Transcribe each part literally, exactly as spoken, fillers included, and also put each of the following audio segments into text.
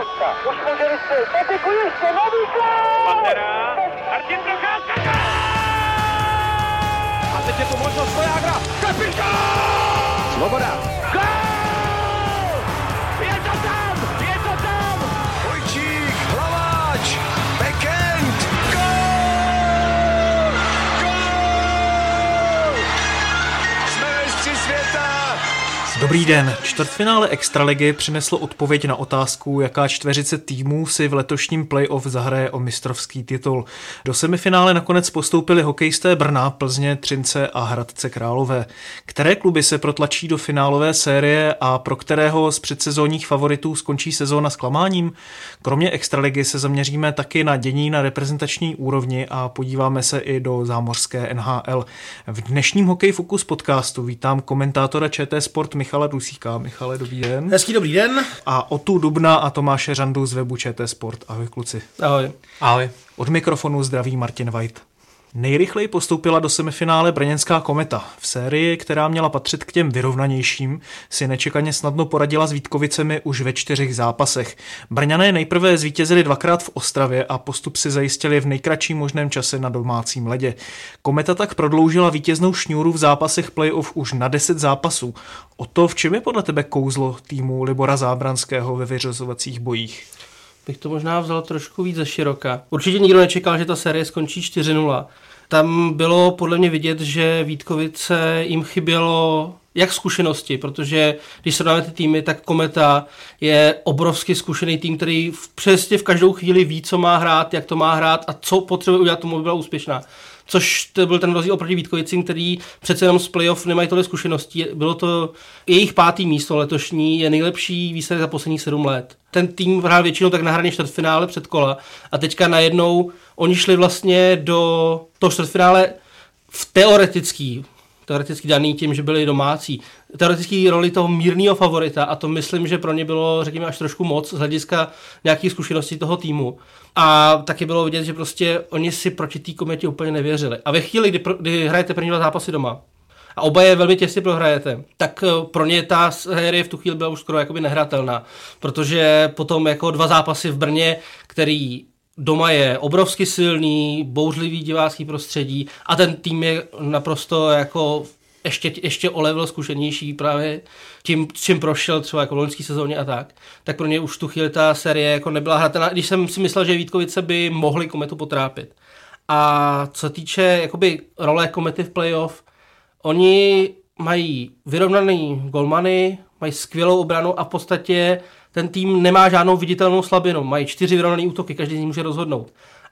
Procházka. Už může vystřelit. Peteku ještě, nový gól! Pantera. Martin Procházka. A teď je tu možnost Vojágra. Kapitán! Svoboda. Gól! Je to tam! Je to tam! Vojčík, Hlaváč, Bekend. Gól! Gól! Jsme mistři světa! Dobrý den. Čtvrtfinále Extraligy přineslo odpověď na otázku, jaká čtveřice týmů si v letošním playoff zahraje o mistrovský titul. Do semifinále nakonec postoupili hokejisté Brna, Plzně, Třince a Hradce Králové. Které kluby se protlačí do finálové série a pro kterého z předsezónních favoritů skončí sezóna zklamáním? Kromě Extraligy se zaměříme taky na dění na reprezentační úrovni a podíváme se i do zámořské N H L. V dnešním Hokej Focus podcastu vítám komentátora ČT Sport Michala Dusíka. Michale, dobrý den. Hezký dobrý den. A Otu Dubna a Tomáše Řandu z webu ČT Sport. Ahoj kluci. Ahoj. Ahoj. Od mikrofonu zdraví Martin White. Nejrychleji postoupila do semifinále brněnská Kometa. V sérii, která měla patřit k těm vyrovnanějším, si nečekaně snadno poradila s Vítkovicemi už ve čtyřech zápasech. Brňané nejprve zvítězili dvakrát v Ostravě a postup si zajistili v nejkratším možném čase na domácím ledě. Kometa tak prodloužila vítěznou šňůru v zápasech playoff už na deset zápasů. O to, v čem je podle tebe kouzlo týmu Libora Zábranského ve vyřazovacích bojích? Bych to možná vzal trošku víc ze široka. Určitě nikdo nečekal, že ta série skončí čtyři nula. Tam bylo podle mě vidět, že Vítkovice jim chybělo jak zkušenosti, protože když srovnáme ty týmy, tak Kometa je obrovsky zkušený tým, který přesně v každou chvíli ví, co má hrát, jak to má hrát a co potřebuje udělat tomu, aby byla úspěšná. Což to byl ten rozdíl oproti Vítkovicím, který přece jenom z playoff nemají tohle zkušeností. Bylo to jejich pátý místo letošní, je nejlepší výsledek za posledních sedm let. Ten tým hrál většinou tak na hraně čtvrtfinále před kola a teďka najednou oni šli vlastně do toho čtvrtfinále v teoretický, teoreticky daný tím, že byli domácí, teoretický roli toho mírného favorita a to myslím, že pro ně bylo, řekněme, až trošku moc z hlediska nějakých zkušeností toho týmu. A taky bylo vidět, že prostě oni si proti té Kometě úplně nevěřili. A ve chvíli, kdy, kdy hrajete první dva zápasy doma a oba je velmi těsně prohrajete, tak pro ně ta série v tu chvíli byla už skoro jakoby nehratelná, protože potom jako dva zápasy v Brně, který doma je obrovsky silný, bouřlivý divácký prostředí a ten tým je naprosto jako ještě, ještě o level zkušenější právě tím, čím prošel třeba jako v loňský sezóně a tak, tak pro ně už tu chvíli ta série jako nebyla hratelná, když jsem si myslel, že Vítkovice by mohli Kometu potrápit. A co týče jakoby role Komety v playoff, oni mají vyrovnaný golmany, mají skvělou obranu a v podstatě ten tým nemá žádnou viditelnou slabinu. Mají čtyři vyrovnané útoky, každý z nich může rozhodnout.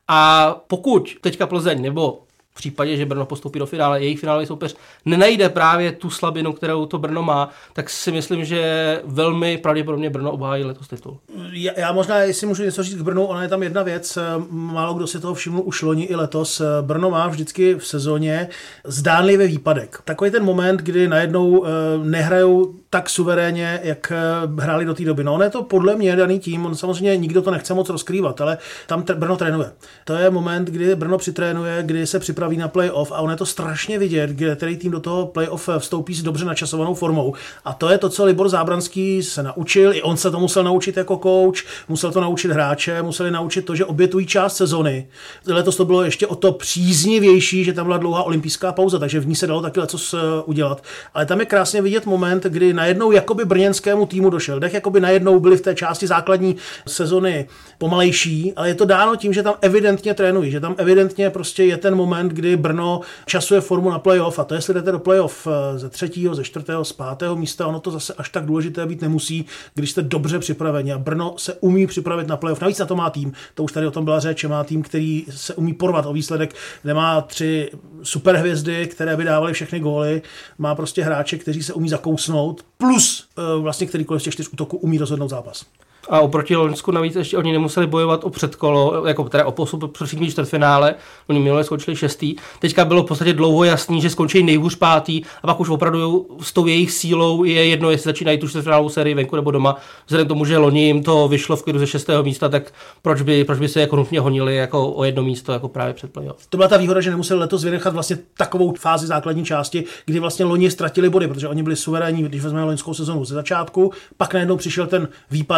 A pokud teďka Plzeň nebo v případě, že Brno postoupí do finále, jejich finálový soupeř nenajde právě tu slabinu, kterou to Brno má, tak si myslím, že velmi pravděpodobně Brno obhájí letos titul. Já, já možná, jestli můžu něco říct k Brnu, ona je tam jedna věc, málo kdo si toho všiml už loni i letos. Brno má vždycky v sezóně zdánlivý výpadek. Takový ten moment, kdy najednou nehrajou tak suverénně, jak hráli do té doby. No, on je to podle mě daný tím, on samozřejmě nikdo to nechce moc rozkrývat, ale tam t- Brno trénuje. To je moment, kdy Brno přitrénuje, kdy se připraví na playoff a on je to strašně vidět, kde který tým do toho playoff vstoupí s dobře načasovanou formou. A to je to, co Libor Zábranský se naučil, i on se to musel naučit jako coach, musel to naučit hráče, museli naučit to, že obětují část sezony. Letos to bylo ještě o to příznivější, že tam byla dlouhá olympijská pauza, takže v ní se dalo taky lecos udělat. Ale tam je krásně vidět moment, kdy najednou jakoby brněnskému týmu došel dech, jakoby najednou byli v té části základní sezony pomalejší, ale je to dáno tím, že tam evidentně trénují, že tam evidentně prostě je ten moment, kdy Brno časuje formu na playoff a to, jestli jdete do playoff ze třetího, ze čtvrtého, z pátého místa, ono to zase až tak důležité být nemusí, když jste dobře připraveni a Brno se umí připravit na playoff. Navíc na to má tým, to už tady o tom byla řeč, má tým, který se umí porvat o výsledek, nemá tři superhvězdy, které by dávaly všechny góly, má prostě hráče, kteří se umí zakousnout, plus vlastně kterýkoliv z těch čtyř útoků umí rozhodnout zápas. A oproti Loňsku navíc ještě oni nemuseli bojovat o předkolo, jako teda o postup před čtvrtfinále, oni minule skončili šestý. Teďka bylo v podstatě dlouho jasný, že skončí nejhůř pátý a pak už opravdu s tou jejich sílou je jedno, jestli začínají tu čtvrtfinálovou sérii venku nebo doma. Vzhledem k tomu, že loni jim to vyšlo v klidu ze šestého místa, tak proč by, proč by se jako nutně honili jako o jedno místo jako právě před playoff. To byla ta výhoda, že nemuseli letos vynechat vlastně takovou fázi základní části, kdy vlastně loni ztratili body, protože oni byli suverénní, když vezmeme loňskou sezonu ze začátku, pak najednou přišel ten výpadek,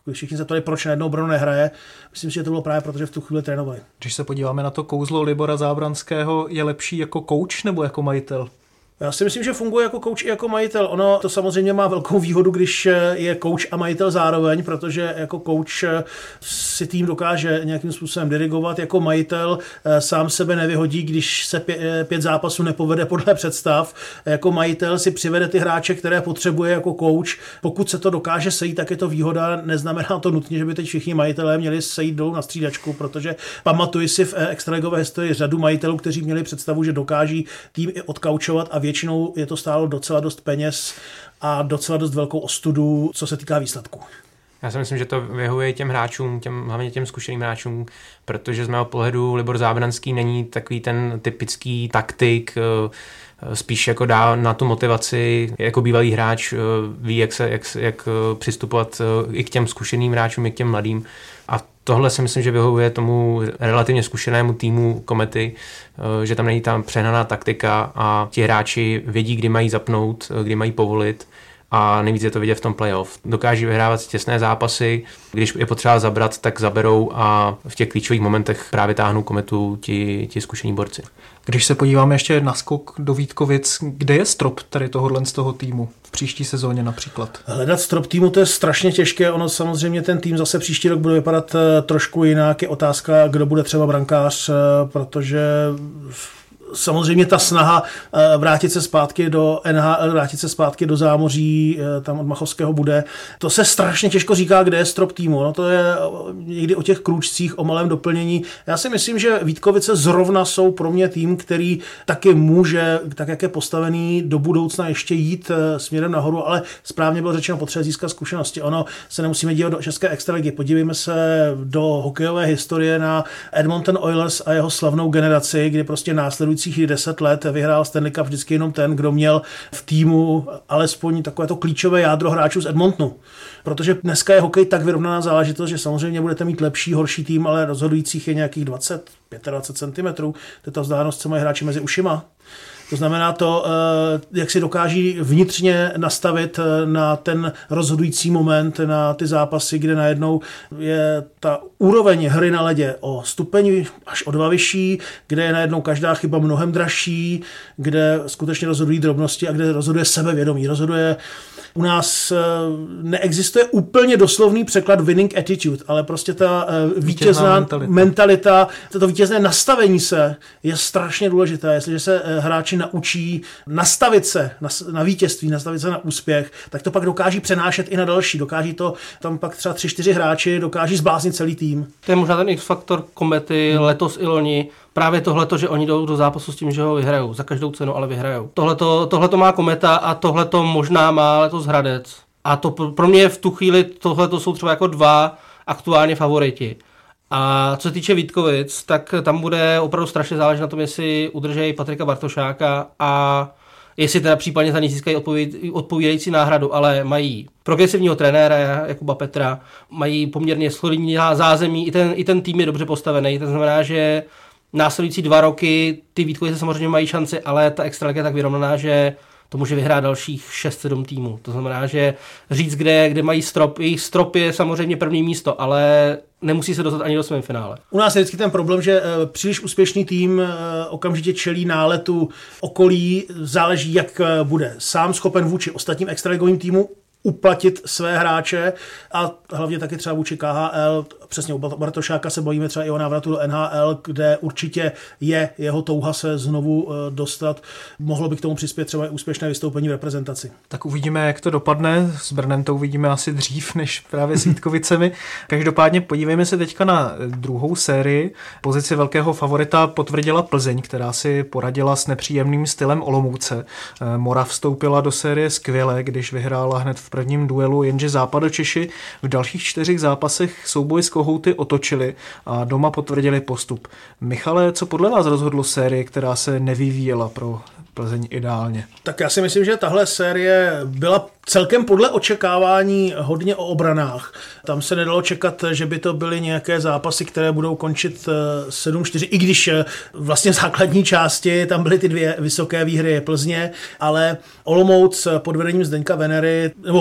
Když všichni se ptali, proč najednou Brno nehraje, myslím si, že to bylo právě proto, že v tu chvíli trénovali. Když se podíváme na to kouzlo Libora Zábranského, je lepší jako coach nebo jako majitel? Já si myslím, že funguje jako coach i jako majitel. Ono to samozřejmě má velkou výhodu, když je coach a majitel zároveň, protože jako coach si tým dokáže nějakým způsobem dirigovat, jako majitel sám sebe nevyhodí, když se pět zápasů nepovede podle představ. Jako majitel si přivede ty hráče, které potřebuje jako coach. Pokud se to dokáže sejít, tak je to výhoda. Neznamená to nutně, že by teď všichni majitelé měli sejít dolů na střídačku, protože pamatuji si v extraligové historii řadu majitelů, kteří měli představu, že dokáží tým i odkaučovat a většinou je to stálo docela dost peněz a docela dost velkou ostudu, co se týká výsledku. Já si myslím, že to vyhovuje těm hráčům, těm, hlavně těm zkušeným hráčům, protože z mého pohledu Libor Zábranský není takový ten typický taktik, spíš jako dá na tu motivaci, jako bývalý hráč ví, jak, se, jak, jak přistupovat i k těm zkušeným hráčům, i k těm mladým. A tohle si myslím, že vyhovuje tomu relativně zkušenému týmu Komety, že tam není tam přehnaná taktika a ti hráči vědí, kdy mají zapnout, kdy mají povolit a nejvíc je to vidět v tom playoff. Dokáží vyhrávat těsné zápasy, když je potřeba zabrat, tak zaberou a v těch klíčových momentech právě táhnou Kometu ti, ti zkušení borci. Když se podíváme ještě na skok do Vítkovic, kde je strop tady tohohle z toho týmu v příští sezóně například? Hledat strop týmu, to je strašně těžké, ono samozřejmě ten tým zase příští rok bude vypadat trošku jinak, je otázka, kdo bude třeba brankář, protože samozřejmě ta snaha vrátit se zpátky do N H L, vrátit se zpátky do zámoří, tam od Machovského bude. To se strašně těžko říká, kde je strop týmu. No to je někdy o těch krůčcích, o malém doplnění. Já si myslím, že Vítkovice zrovna jsou pro mě tým, který taky může, tak jak je postavený, do budoucna ještě jít směrem nahoru, ale správně bylo řečeno, potřeba získat zkušenosti. Ono se nemusíme dívat do české extraligy. Podívejme se do hokejové historie na Edmonton Oilers a jeho slavnou generaci, kdy prostě následující deset let vyhrál Stanley Cup vždycky jenom ten, kdo měl v týmu alespoň takové to klíčové jádro hráčů z Edmontonu. Protože dneska je hokej tak vyrovnaná záležitost, že samozřejmě budete mít lepší, horší tým, ale rozhodujících je nějakých dvacet, dvacet pět centimetrů. To je ta vzdálenost, co mají hráči mezi ušima. To znamená to, jak si dokáží vnitřně nastavit na ten rozhodující moment, na ty zápasy, kde najednou je ta úroveň hry na ledě o stupeň až o dva vyšší, kde je najednou každá chyba mnohem dražší, kde skutečně rozhodují drobnosti a kde rozhoduje sebevědomí, rozhoduje. U nás neexistuje úplně doslovný překlad winning attitude, ale prostě ta vítězná mentalita. mentalita, to vítězné nastavení se je strašně důležité. Jestliže se hráči naučí nastavit se na, na vítězství, nastavit se na úspěch, tak to pak dokáží přenášet i na další. Dokáží to, tam pak třeba tři, čtyři hráči dokáží zbláznit celý tým. To je možná ten X-faktor Komety hmm. letos i loni. Právě tohleto, že oni jdou do zápasu s tím, že ho vyhrajou. Za každou cenu, ale vyhrajou. Tohleto, tohleto má Kometa a tohleto možná má letos Hradec. A to pro mě v tu chvíli tohleto jsou třeba jako dva aktuálně favoriti. A co se týče Vítkovic, tak tam bude opravdu strašně záležet na tom, jestli udržejí Patrika Bartošáka a jestli teda případně za ní získají odpovídající náhradu, ale mají progresivního trenéra Jakuba Petra, mají poměrně solidní zázemí, i ten, i ten tým je dobře postavený, to znamená, že následující dva roky ty Vítkovice samozřejmě mají šanci, ale ta extraliga je tak vyrovnaná, že to může vyhrát dalších šest sedm týmů. To znamená, že říct, kde, kde mají strop, jejich strop je samozřejmě první místo, ale nemusí se dostat ani do semifinále. U nás je vždycky ten problém, že příliš úspěšný tým okamžitě čelí náletu okolí, záleží, jak bude sám schopen vůči ostatním extraligovým týmům uplatit své hráče a hlavně taky třeba vůči K H L. Přesně u Bartošáka se bojíme třeba i o návratu do N H L, kde určitě je jeho touha se znovu dostat. Mohlo by k tomu přispět třeba i úspěšné vystoupení v reprezentaci. Tak uvidíme, jak to dopadne. S Brnem to uvidíme asi dřív, než právě s Vítkovicemi. Každopádně podívejme se teďka na druhou sérii. Pozici velkého favorita potvrdila Plzeň, která si poradila s nepříjemným stylem Olomouce. Mora vstoupila do série skvěle, když vyhrála hned v prvním duelu, jenže Západočeši v dalších čtyřech zápasech souboj s Kohouty otočili a doma potvrdili postup. Michale, co podle vás rozhodlo sérii, která se nevyvíjela pro Plzeň ideálně? Tak já si myslím, že tahle série byla celkem podle očekávání hodně o obranách. Tam se nedalo čekat, že by to byly nějaké zápasy, které budou končit sedm čtyři, i když vlastně v základní části tam byly ty dvě vysoké výhry Plzně, ale Olomouc pod vedením Zdeňka Venery, nebo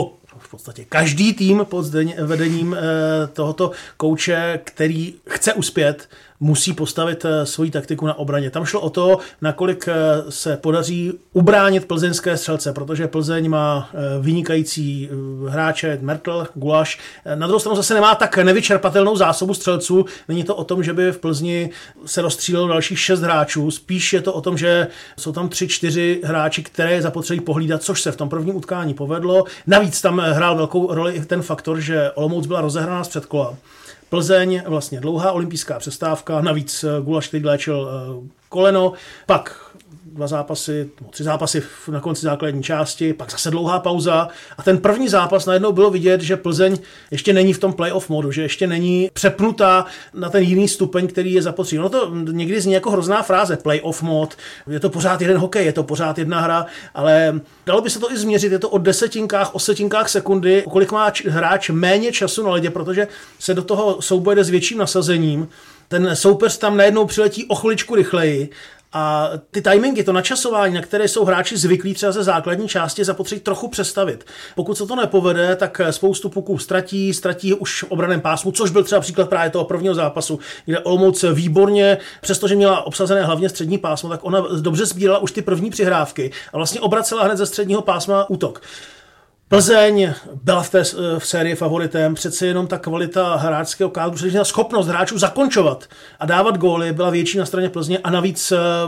v podstatě každý tým pod vedením tohoto kouče, který chce uspět, musí postavit svoji taktiku na obraně. Tam šlo o to, nakolik se podaří ubránit plzeňské střelce, protože Plzeň má vynikající hráče, Mertl, Gulaš. Na druhou stranu zase nemá tak nevyčerpatelnou zásobu střelců. Není to o tom, že by v Plzni se rozstřílelo dalších šest hráčů. Spíš je to o tom, že jsou tam tři, čtyři hráči, které je zapotřebí pohlídat, což se v tom prvním utkání povedlo. Navíc tam hrál velkou roli i ten faktor, že Olomouc byla rozehraná z předkola. Plzeň, vlastně dlouhá olympijská přestávka, navíc Gulaš, který léčil koleno, pak dva zápasy, tři zápasy na konci základní části, pak zase dlouhá pauza a ten první zápas najednou bylo vidět, že Plzeň ještě není v tom playoff modu, že ještě není přepnutá na ten jiný stupeň, který je zapotřebí. No to někdy zní jako hrozná fráze, playoff mod, je to pořád jeden hokej, je to pořád jedna hra, ale dalo by se to i změřit, je to o desetinkách, o setinkách sekundy, kolik má hráč méně času na ledě, protože se do toho souboje jde s větším nasazením, ten soupeř tam najednou přiletí o chviličku rychleji. A ty timingy, to načasování, na které jsou hráči zvyklí třeba ze základní části, zapotřebí trochu přestavit. Pokud se to nepovede, tak spoustu puků ztratí, ztratí už v obraném pásmu, což byl třeba příklad právě toho prvního zápasu, kde Olomouc výborně, přestože měla obsazené hlavně střední pásmo, tak ona dobře sbírala už ty první přihrávky a vlastně obracela hned ze středního pásma útok. Plzeň byla v té v sérii favoritem, přece jenom ta kvalita hráčského kádru, přece schopnost hráčů zakončovat a dávat góly byla větší na straně Plzně a navíc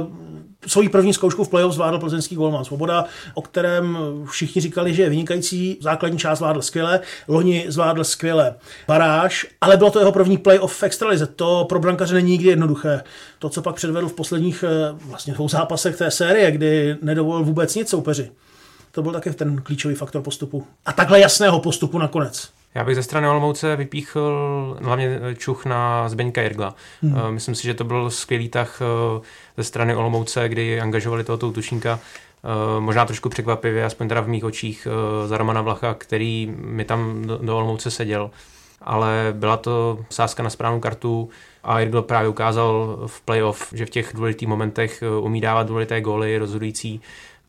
svoji první zkoušku v playoff zvládl plzeňský golman Svoboda, o kterém všichni říkali, že je vynikající, základní část zvládl skvěle, loni zvládl skvěle baráž, ale bylo to jeho první playoff v extralize. To pro brankaře není nikdy jednoduché. To, co pak předvedl v posledních vlastně dvou zápasech té série, kdy nedovolil vůbec nic soupeři. To byl taky ten klíčový faktor postupu. A takhle jasného postupu nakonec. Já bych ze strany Olomouce vypíchl hlavně čuch na Zbyňka Jirgla. Hmm. Myslím si, že to byl skvělý tah ze strany Olomouce, kdy angažovali tohoto útočníka. Možná trošku překvapivě, aspoň teda v mých očích, za Romana Vlacha, který mi tam do, do Olomouce seděl. Ale byla to sázka na správnou kartu a Jirgl právě ukázal v playoff, že v těch důležitých momentech umí dávat důležité góly, rozhodující.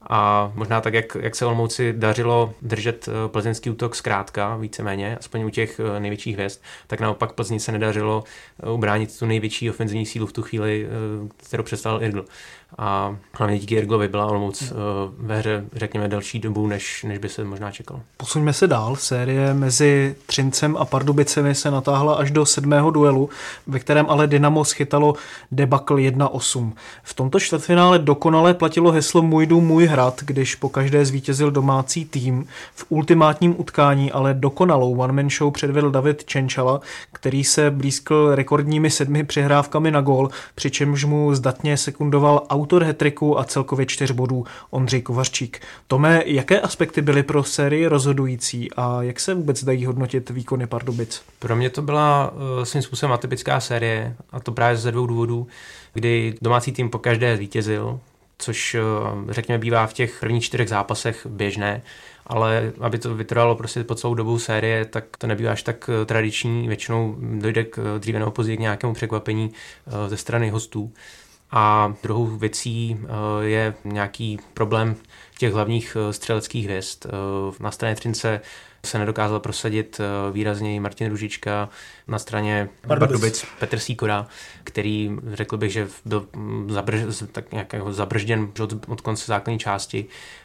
A možná tak, jak, jak se Olomouci dařilo držet plzeňský útok zkrátka, víceméně, aspoň u těch největších hvězd, tak naopak Plzni se nedařilo ubránit tu největší ofenzivní sílu v tu chvíli, kterou představil Irgl. A hlavně díky Irglovi byla Olomouc ve hře, řekněme, delší dobu, než, než by se možná čekalo. Posuňme se dál. Série mezi Třincem a Pardubicemi se natáhla až do sedmého duelu, ve kterém ale Dynamo schytalo debakl jedna osm. V tomto čtvrtfinále dokonale platilo heslo Můj dům, můj hrad, když po každé zvítězil domácí tým. V ultimátním utkání ale dokonalou one-man show předvedl David Čenčala, který se blízkl rekordními sedmi přihrávkami na gól, přičemž mu zdatně sekundoval autor hat-tricku a celkově čtyř bodů Ondřej Kovařčík. Tome, jaké aspekty byly pro sérii rozhodující a jak se vůbec dají hodnotit výkony Pardubic? Pro mě to byla uh, svým způsobem atypická série, a to právě ze dvou důvodů, kdy domácí tým pokaždé zvítězil, což uh, řekněme bývá v těch prvních čtyřech zápasech běžné, ale aby to vytrvalo prostě po celou dobu série, tak to nebývá až tak tradiční, většinou dojde k dříve nebo později k nějakému překvapení uh, ze strany hostů. A druhou věcí je nějaký problém těch hlavních střeleckých hvězd. Na straně Třince se nedokázal prosadit výrazněji Martin Ružička, na straně Pardubic Petr Sýkora, který řekl bych, že byl zabrž, tak nějak jako zabržděn od, od konce základní části.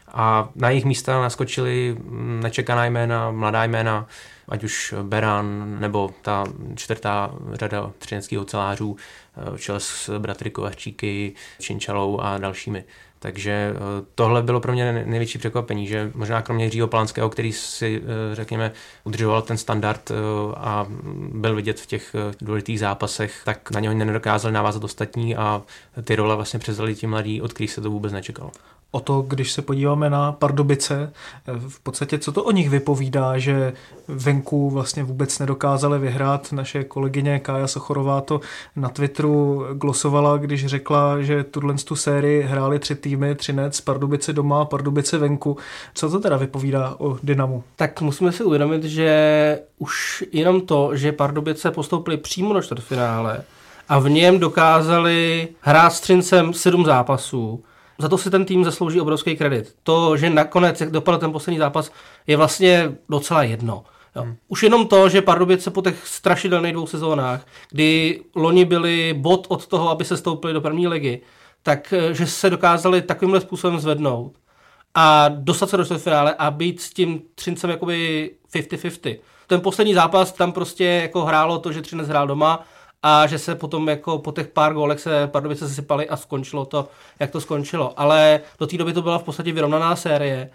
A na jejich místa naskočili nečekaná jména, mladá jména, ať už Beran nebo ta čtvrtá řada třineckých ocelářů v čele s bratry Kovařčíky, Činčalou a dalšími. Takže tohle bylo pro mě největší překvapení, že možná kromě Jiřího Polanského, který si, řekněme, udržoval ten standard a byl vidět v těch důležitých zápasech, tak na něho nedokázali navázat ostatní a ty role vlastně převzali ti mladí, od kterých se to vůbec nečekalo. O to, když se podíváme na Pardubice, v podstatě co to o nich vypovídá, že venku vlastně vůbec nedokázali vyhrát. Naše kolegyně Kája Sochorová to na Twitteru glosovala, když řekla, že tuhle tu sérii hráli tři týmy, Třinec, Pardubice doma, Pardubice venku. Co to teda vypovídá o Dynamu? Tak musíme si uvědomit, že už jenom to, že Pardubice postoupili přímo do čtvrtfinále a v něm dokázali hrát s Třincem sedm zápasů, za to si ten tým zaslouží obrovský kredit. To, že nakonec, jak dopadl ten poslední zápas, je vlastně docela jedno. Jo. Hmm. Už jenom to, že Pardubice po těch strašidelných dvou sezónách, kdy loni byli bod od toho, aby se stoupili do první ligy, tak že se dokázali takovýmhle způsobem zvednout a dostat se do čtvrtfinále a být s tím Třincem jakoby padesát na padesát. Ten poslední zápas tam prostě jako hrálo to, že Třinec hrál doma a že se potom jako po těch pár gólech se Pardubice sesypaly a skončilo to, jak to skončilo. Ale do té doby to byla v podstatě vyrovnaná série.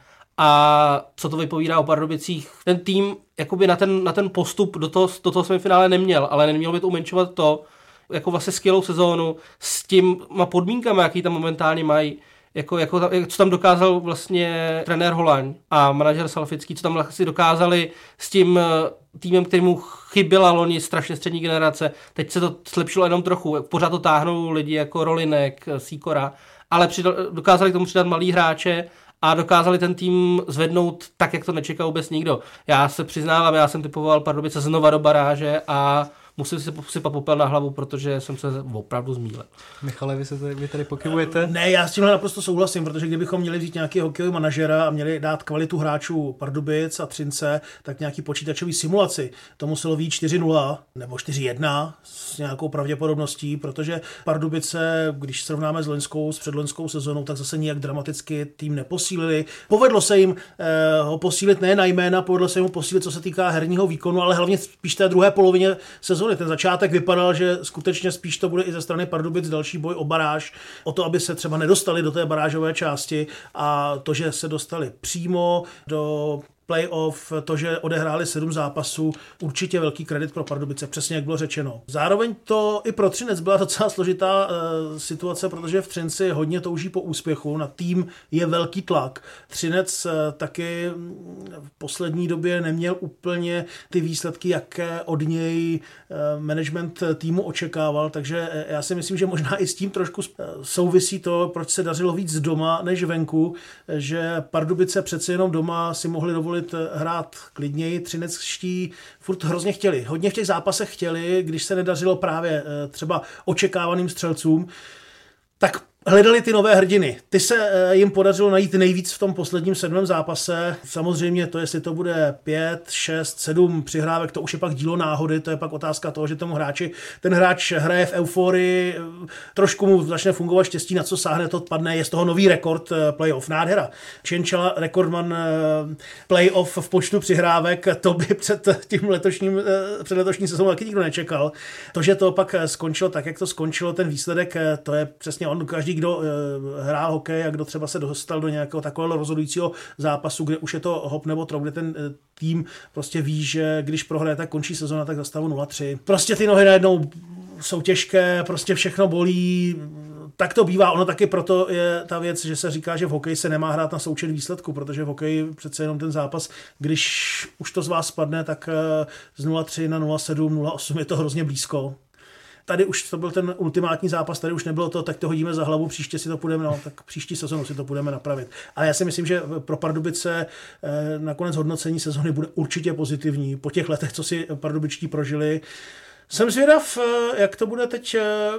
A co to vypovídá o Pardubicích? Ten tým jakoby na ten, na ten postup do toho, do toho semifinále neměl, ale nemělo by to umenšovat to, jako vlastně skvělou sezónu s těma podmínkami, jaký tam momentálně mají. Jako, jako, co tam dokázal vlastně trenér Holaň a manažer Salafický, co tam vlastně dokázali s tím týmem, kterému chyběla loni strašně střední generace. Teď se to zlepšilo jenom trochu. Pořád to táhnou lidi jako Rolinek, Sýkora, ale přidal, dokázali k tomu přidat malý hráče a dokázali ten tým zvednout tak, jak to nečekal vůbec nikdo. Já se přiznávám, já jsem typoval Pardubice znova do baráže a musím si posypat popel na hlavu, protože jsem se opravdu zmýlil. Michale, vy, se tady, vy tady pokyvujete? Ne, já s tímhle naprosto souhlasím, protože kdybychom měli vzít nějaký hokejový manažera a měli dát kvalitu hráčů Pardubic a Třince, tak nějaký počítačový simulaci. To muselo být čtyři nula nebo čtyři jedna s nějakou pravděpodobností, protože Pardubice, když srovnáme s loňskou, s předloňskou sezónou, tak zase nijak dramaticky tým neposílili. Povedlo se jim eh, ho posílit ne na jména, povedlo se jim ho posílit, co se týká herního výkonu, ale hlavně spíš té druhé polovině sezóny. Ten začátek vypadal, že skutečně spíš to bude i ze strany Pardubic další boj o baráž, o to, aby se třeba nedostali do té barážové části a to, že se dostali přímo do playoff, to, že odehráli sedm zápasů, určitě velký kredit pro Pardubice, přesně jak bylo řečeno. Zároveň to i pro Třinec byla docela složitá e, situace, protože v Třinci hodně touží po úspěchu, na tým je velký tlak. Třinec e, taky v poslední době neměl úplně ty výsledky, jaké od něj e, management týmu očekával, takže e, já si myslím, že možná i s tím trošku souvisí to, proč se dařilo víc doma než venku, že Pardubice přece jenom doma si mohli dovolit hrát klidněji, Třinečtí furt hrozně chtěli. Hodně v těch zápasech chtěli, když se nedařilo právě třeba očekávaným střelcům, tak hledali ty nové hrdiny. Ty se jim podařilo najít nejvíc v tom posledním sedmém zápase. Samozřejmě to, jestli to bude pět, šest, sedm přihrávek, to už je pak dílo náhody, to je pak otázka toho, že tomu hráči, ten hráč hraje v euforii, trošku mu začne fungovat štěstí, na co sáhne, to padne, je z toho nový rekord playoff. Nádhera. Čenčala, rekordman playoff v počtu přihrávek, to by před tím letošním, před letošní sezónou taky nikdo nečekal. To, že to pak skončilo tak, jak to skončilo, ten výsledek, to je přesně on, každý kdo hrál hokej a kdo třeba se dostal do nějakého takového rozhodujícího zápasu, kde už je to hop nebo trou, kde ten tým prostě ví, že když prohraje, tak končí sezona, tak za stavu nula tři. Prostě ty nohy najednou jsou těžké, prostě všechno bolí. Tak to bývá, ono taky proto je ta věc, že se říká, že v hokeji se nemá hrát na součet výsledku, protože v hokeji přece jenom ten zápas, když už to z vás spadne, tak z nula tři na nula sedm, nula osm je to hrozně blízko. Tady už to byl ten ultimátní zápas, tady už nebylo to, tak to hodíme za hlavu, příště si to půjdeme, no, tak příští sezonu si to budeme napravit. Ale já si myslím, že pro Pardubice eh, nakonec hodnocení sezony bude určitě pozitivní. Po těch letech, co si pardubičtí prožili, jsem zvědav, jak to bude teď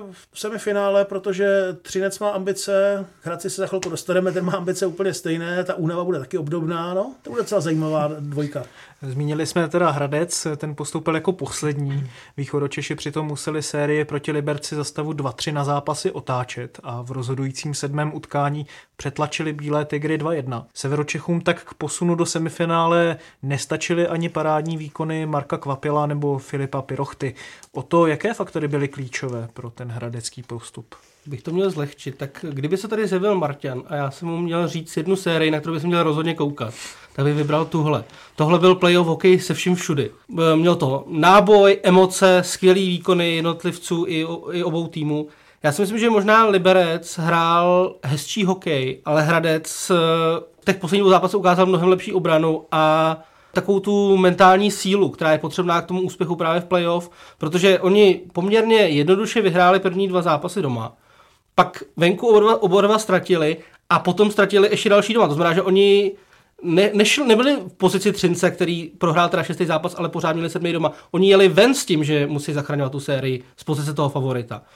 v semifinále, protože Třinec má ambice, Hradci se za chvilku dostaneme, ten má ambice úplně stejné, ta únava bude taky obdobná, no, to bude docela zajímavá dvojka. Zmínili jsme teda Hradec, ten postoupil jako poslední. Východočeši přitom museli série proti Liberci za stavu dva tři na zápasy otáčet a v rozhodujícím sedmém utkání přetlačili Bílé Tygry dva jedna. Severočechům tak k posunu do semifinále nestačily ani parádní výkony Marka Kvapila nebo Filipa Pirochty. O to, jaké faktory byly klíčové pro ten hradecký postup? Bych to měl zlehčit, tak kdyby se tady zjevil Marťan a já jsem mu měl říct jednu sérii, na kterou bych měl rozhodně koukat, tak bych vybral tuhle. Tohle byl playoff hokej se vším všudy. Měl to náboj, emoce, skvělý výkony jednotlivců i, i obou týmů. Já si myslím, že možná Liberec hrál hezčí hokej, ale Hradec v těch posledních zápasech ukázal mnohem lepší obranu a takovou tu mentální sílu, která je potřebná k tomu úspěchu právě v playoff, protože oni poměrně jednoduše vyhráli první dva zápasy doma, pak venku oba, oba dva ztratili a potom ztratili ještě další doma. To znamená, že oni ne, nešli, nebyli v pozici Třince, který prohrál teda šestý zápas, ale pořád měli sedmý doma. Oni jeli ven s tím, že musí zachraňovat tu sérii z pozice toho favorita.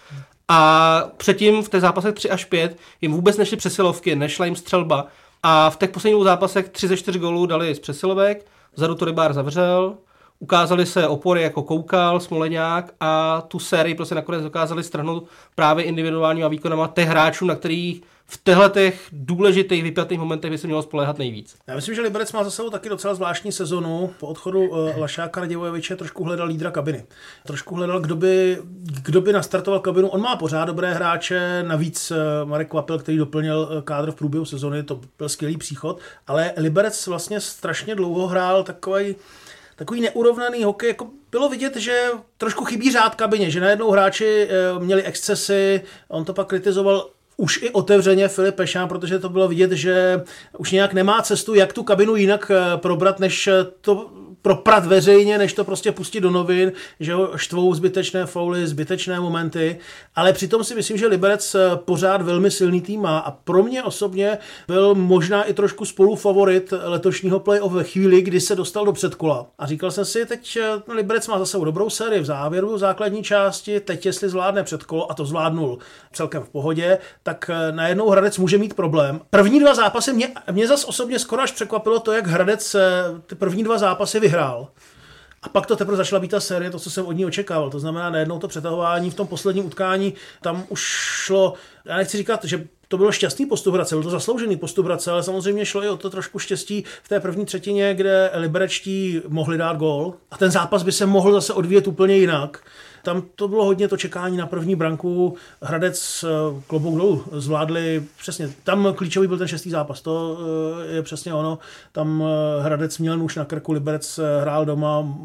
A předtím v těch zápasech tři až pět jim vůbec nešly přesilovky, nešla jim střelba. A v těch posledních zápasech tři ze čtyř gólů dali z přesilovek, vzadu to Rybár zavřel, ukázali se opory jako Koukal, Smoleňák a tu sérii prostě nakonec dokázali strhnout právě individuálníma výkonama těch hráčů, na kterých v těchto důležitých vypjatých momentech by se mělo spoléhat nejvíc. Já myslím, že Liberec má za sebou taky docela zvláštní sezonu. Po odchodu uh, Lašáka Radivojeviče trošku hledal lídra kabiny. Trošku hledal, kdo by, kdo by nastartoval kabinu. On má pořád dobré hráče, navíc uh, Marek Kvapil, který doplnil uh, kádr v průběhu sezony, to byl skvělý příchod, ale Liberec vlastně strašně dlouho hrál takový takový neurovnaný hokej, jako bylo vidět, že trošku chybí řád kabině, že najednou hráči uh, měli excesy, on to pak kritizoval už i otevřeně Filip Pešán, protože to bylo vidět, že už nějak nemá cestu, jak tu kabinu jinak probrat, než to proprat veřejně, než to prostě pustit do novin, že ho štvou zbytečné fauly, zbytečné momenty, ale přitom si myslím, že Liberec pořád velmi silný tým má a pro mě osobně byl možná i trošku spolufavorit letošního play-off ve chvíli, kdy se dostal do předkola. A říkal jsem si, teď Liberec má za sebou dobrou sérii v závěru základní části, teď jestli zvládne předkolo, a to zvládnul celkem v pohodě, tak najednou Hradec může mít problém. První dva zápasy mě, mě zas osobně skoro až překvapilo to, jak Hradec ty první dva zápasy vyhrál. A pak to teprve začala být ta série, to, co jsem od ní očekával. To znamená, najednou to přetahování v tom posledním utkání, tam už šlo, já nechci říkat, že to byl šťastný postup Hradce, byl to zasloužený postup Hradce, ale samozřejmě šlo i o to trošku štěstí v té první třetině, kde liberečtí mohli dát gól a ten zápas by se mohl zase odvíjet úplně jinak. Tam to bylo hodně to čekání na první branku. Hradec klobouk dolů zvládli přesně. Tam klíčový byl ten šestý zápas. To je přesně ono. Tam Hradec měl nůž na krku, Liberec hrál doma.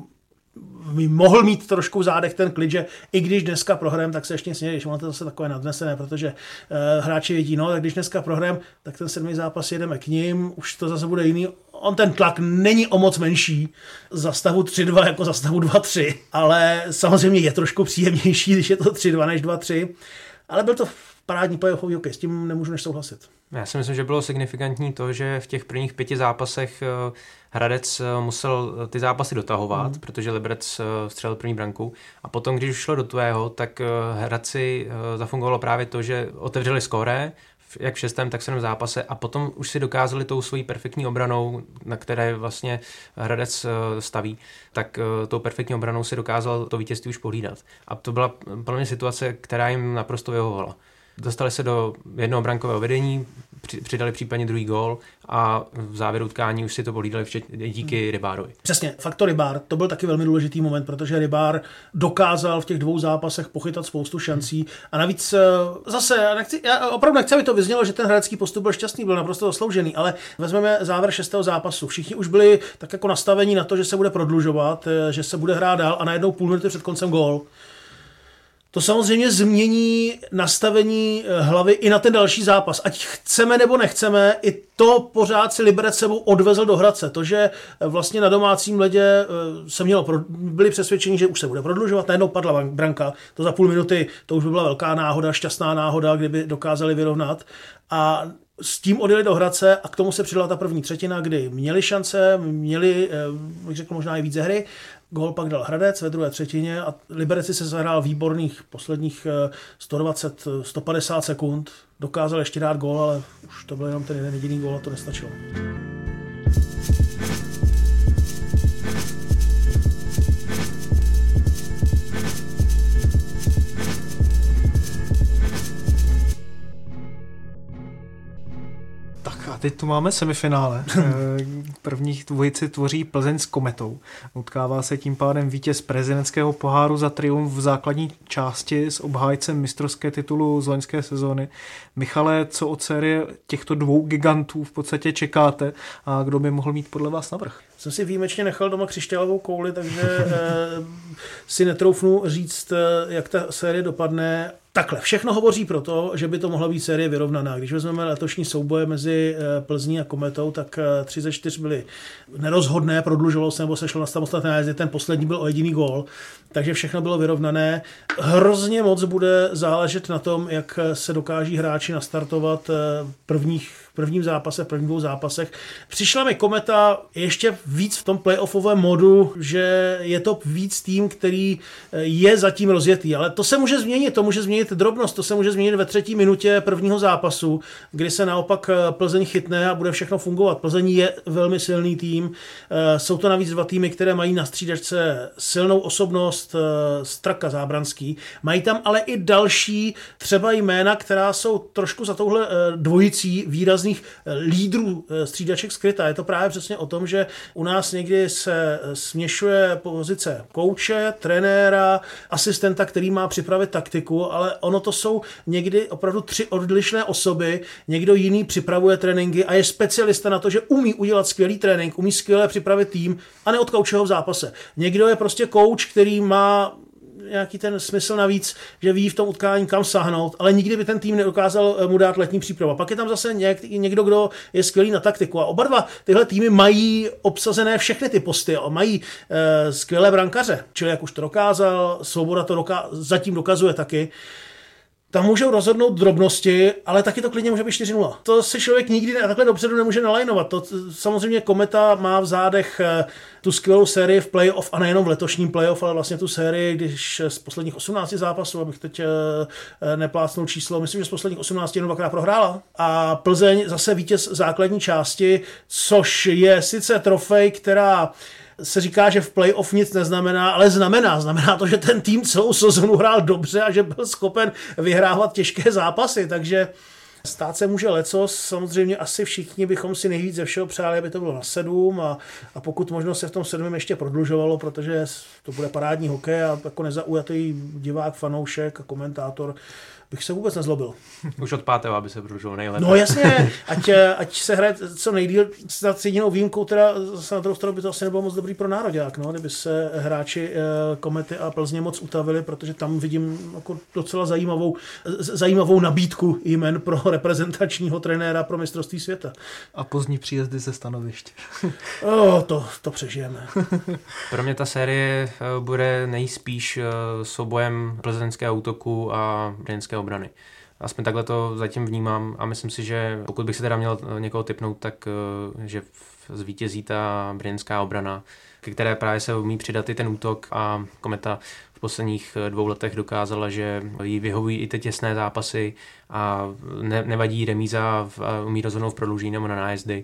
Mohl mít trošku v zádech ten klid, že i když dneska prohrajeme, tak se ještě smějí, že ono to zase takové nadnesené, protože uh, hráči vědí, no, tak když dneska prohrajeme, tak ten sedmý zápas jedeme k ním, už to zase bude jiný. On ten tlak není o moc menší za stavu tři dva jako za stavu dva tři, ale samozřejmě je trošku příjemnější, když je to tři dva než dva tři, ale byl to parádní playoffový hokej, s tím nemůžu než souhlasit. Já si myslím, že bylo signifikantní to, že v těch prvních pěti zápasech Hradec musel ty zápasy dotahovat, mm. protože Liberec střelil první branku a potom, když už šlo do tvého, tak Hradci zafungovalo právě to, že otevřeli skóre, jak v šestém, tak v sedmém zápase a potom už si dokázali tou svojí perfektní obranou, na které vlastně Hradec staví, tak tou perfektní obranou si dokázal to vítězství už pohlídat. A to byla pro mě situace, která jim naprosto vyhovovala. Dostali se do jednoho brankového vedení, přidali případně druhý gól a v závěru utkání už si to pohlídali včetně díky Rybárovi. Přesně, faktor Rybár, to byl taky velmi důležitý moment, protože Rybár dokázal v těch dvou zápasech pochytat spoustu šancí a navíc zase, já, nechci, já opravdu nechci, aby to vyznělo, že ten hradecký postup byl šťastný, byl naprosto zasloužený, ale vezmeme závěr šestého zápasu. Všichni už byli tak jako nastavení na to, že se bude prodlužovat, že se bude hrát dál a najednou půl minuty před koncem gól. To samozřejmě změní nastavení hlavy i na ten další zápas. Ať chceme nebo nechceme, i to pořád si Liberec sebou odvezl do Hradce. To, že vlastně na domácím ledě se mělo, byli přesvědčeni, že už se bude prodlužovat, najednou padla branka. To za půl minuty, to už by byla velká náhoda, šťastná náhoda, kdyby dokázali vyrovnat. A s tím odjeli do Hradce a k tomu se přidala ta první třetina, kdy měli šance, měli, bych řekl, možná i více hry. Gól pak dal Hradec ve druhé třetině a Liberec se zahrál výborných posledních sto dvacet až sto padesát sekund. Dokázal ještě dát gól, ale už to byl jenom ten jeden jediný gól a to nestačilo. A teď tu máme semifinále. Prvních dvojici tvoří Plzeň s Kometou. Utkává se tím pádem vítěz prezidentského poháru za triumf v základní části s obhájcem mistrovské titulu z loňské sezóny. Michale, co od série těchto dvou gigantů v podstatě čekáte a kdo by mohl mít podle vás navrch? Jsem si výjimečně nechal doma křišťálovou kouli, takže eh, si netroufnu říct, jak ta série dopadne. Takhle, všechno hovoří pro to, že by to mohla být série vyrovnaná. Když vezmeme letošní souboje mezi Plzní a Kometou, tak tři ze čtyř byly nerozhodné, prodlužovalo se nebo se šlo na samostatné nájezdy, ten poslední byl o jediný gól. takže všechno bylo vyrovnané. Hrozně moc bude záležet na tom, jak se dokáží hráči nastartovat v prvních prvním zápase, v prvních dvou zápasech. Přišla mi Kometa ještě víc v tom playoffovém modu, že je to víc tým, který je zatím rozjetý, ale to se může změnit, to může změnit drobnost, to se může změnit ve třetí minutě prvního zápasu, kdy se naopak Plzeň chytne a bude všechno fungovat. Plzeň je velmi silný tým, jsou to navíc dva týmy, které mají na střídačce silnou osobnost, Straka, Zábranský, mají tam ale i další třeba jména, která jsou trošku za touhle dvojicí výrazných lídrů střídaček skrytá. Je to právě přesně o tom, že u nás někdy se směšuje pozice kouče, trenéra, asistenta, který má připravit taktiku, ale ono to jsou někdy opravdu tři odlišné osoby, někdo jiný připravuje tréninky a je specialista na to, že umí udělat skvělý trénink, umí skvěle připravit tým a neodkouče ho v zápase. Někdo je prostě kouč, který má nějaký ten smysl navíc, že ví v tom utkání kam sáhnout, ale nikdy by ten tým nedokázal mu dát letní přípravu. Pak je tam zase někdo, kdo je skvělý na taktiku a oba dva tyhle týmy mají obsazené všechny ty posty a mají e, skvělé brankaře, čili jak už to dokázal, Svoboda to doká- zatím dokazuje taky. Tam můžou rozhodnout drobnosti, ale taky to klidně může být čtyři nula. To si člověk nikdy takhle dopředu nemůže nalajnovat. To, samozřejmě Kometa má v zádech tu skvělou sérii v playoff a nejenom v letošním playoff, ale vlastně tu sérii, když z posledních osmnácti zápasů, abych teď neplácnul číslo, myslím, že z posledních osmnácti jenom dvakrát prohrála. A Plzeň zase vítěz základní části, což je sice trofej, která se říká, že v playoff nic neznamená, ale znamená. Znamená to, že ten tým celou sezonu hrál dobře a že byl schopen vyhrávat těžké zápasy, takže stát se může lecos. Samozřejmě asi všichni bychom si nejvíc ze všeho přáli, aby to bylo na sedm a, a pokud možno se v tom sedmém ještě prodlužovalo, protože to bude parádní hokej a jako nezaujatý divák, fanoušek a komentátor bych se vůbec nezlobil. Už od pátého, aby se prodlužilo nejlépe. No jasně, ať, ať se hraje co nejdýl, s jedinou výjimkou, teda zase na druhou stranu by to asi nebylo moc dobrý pro nároďák, no, kdyby se hráči Komety a Plzně moc utavili, protože tam vidím jako docela zajímavou, zajímavou nabídku jmen pro reprezentačního trenéra pro mistrovství světa. A pozdní příjezdy ze stanoviště. Oh, to, to přežijeme. Pro mě ta série bude nejspíš soubojem plzeňského útoku a brněnské obrany. Aspoň takhle to zatím vnímám a myslím si, že pokud bych si teda měl někoho tipnout, tak že zvítězí ta brněnská obrana, ke které právě se umí přidat i ten útok a Kometa v posledních dvou letech dokázala, že jí vyhovují i ty těsné zápasy a ne, nevadí remíza a umí rozhodnout v prodloužení nebo na nájezdy.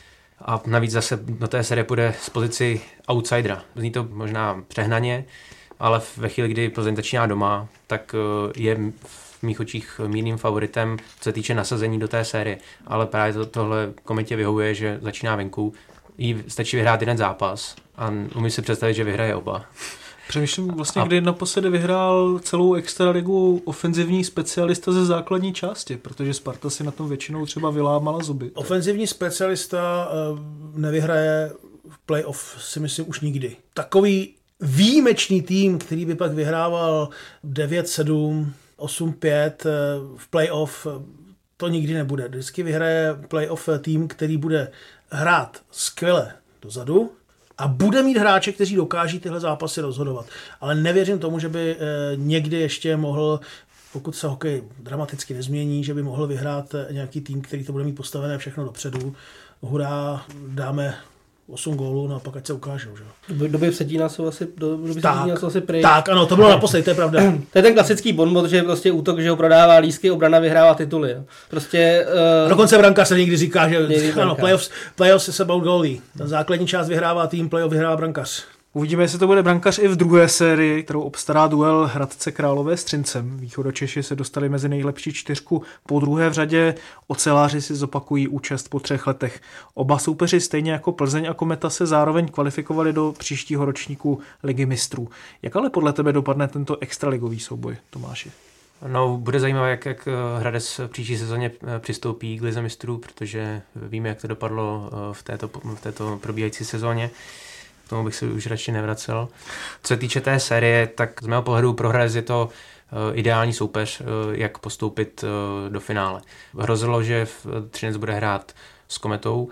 A navíc zase do té série půjde z pozici outsidera. Zní to možná přehnaně, ale ve chvíli, kdy Plzeň začíná doma, tak je v mých očích mírným favoritem, co se týče nasazení do té série. Ale právě to, tohle Kometě vyhovuje, že začíná venku, jí stačí vyhrát jeden zápas a umí si představit, že vyhraje oba. Přemýšlím vlastně, a... kdy naposledy vyhrál celou extraligu ofenzivní specialista ze základní části, protože Sparta si na tom většinou třeba vylámala zuby. Ofenzivní specialista nevyhraje v playoff, si myslím, už nikdy. Takový výjimečný tým, který by pak vyhrával devět sedm, osm pět v playoff, to nikdy nebude. Vždycky vyhraje playoff tým, který bude hrát skvěle dozadu a bude mít hráče, kteří dokáží tyhle zápasy rozhodovat. Ale nevěřím tomu, že by někdy ještě mohl, pokud se hokej dramaticky nezmění, že by mohl vyhrát nějaký tým, který to bude mít postavené všechno dopředu. Hurá, dáme osm gólů, no a pak ať se ukážou. Že? Doby, doby Vsetína jsou asi, do, doby tak, Vsetína jsou asi pryč. Tak, ano, to bylo naposledy, to je pravda. To je ten klasický bonmot, že prostě útok, že ho prodává lístky, obrana vyhrává tituly. Jo. Prostě... Uh, Dokonce brankář se někdy říká, že někdy ano, playoffs, playoffs is about goalie. Ta základní část vyhrává tým, playoff vyhrává brankář. Uvidíme, jestli to bude brankař i v druhé sérii, kterou obstará duel Hradce Králové s Třincem. Východočeši se dostali mezi nejlepší čtyřku po druhé v řadě, oceláři si zopakují účast po třech letech. Oba soupeři stejně jako Plzeň a Kometa se zároveň kvalifikovali do příštího ročníku Ligy mistrů. Jak ale podle tebe dopadne tento extraligový souboj, Tomáši? No, bude zajímavé, jak, jak Hradec v příští sezóně přistoupí k Lize mistrů, protože víme, jak to dopadlo v této, v této probíhající sezóně. K tomu bych se už radši nevracel. Co se týče té série, tak z mého pohledu pro Hradec je to ideální soupeř, jak postoupit do finále. Hrozilo, že Třinec bude hrát s Kometou,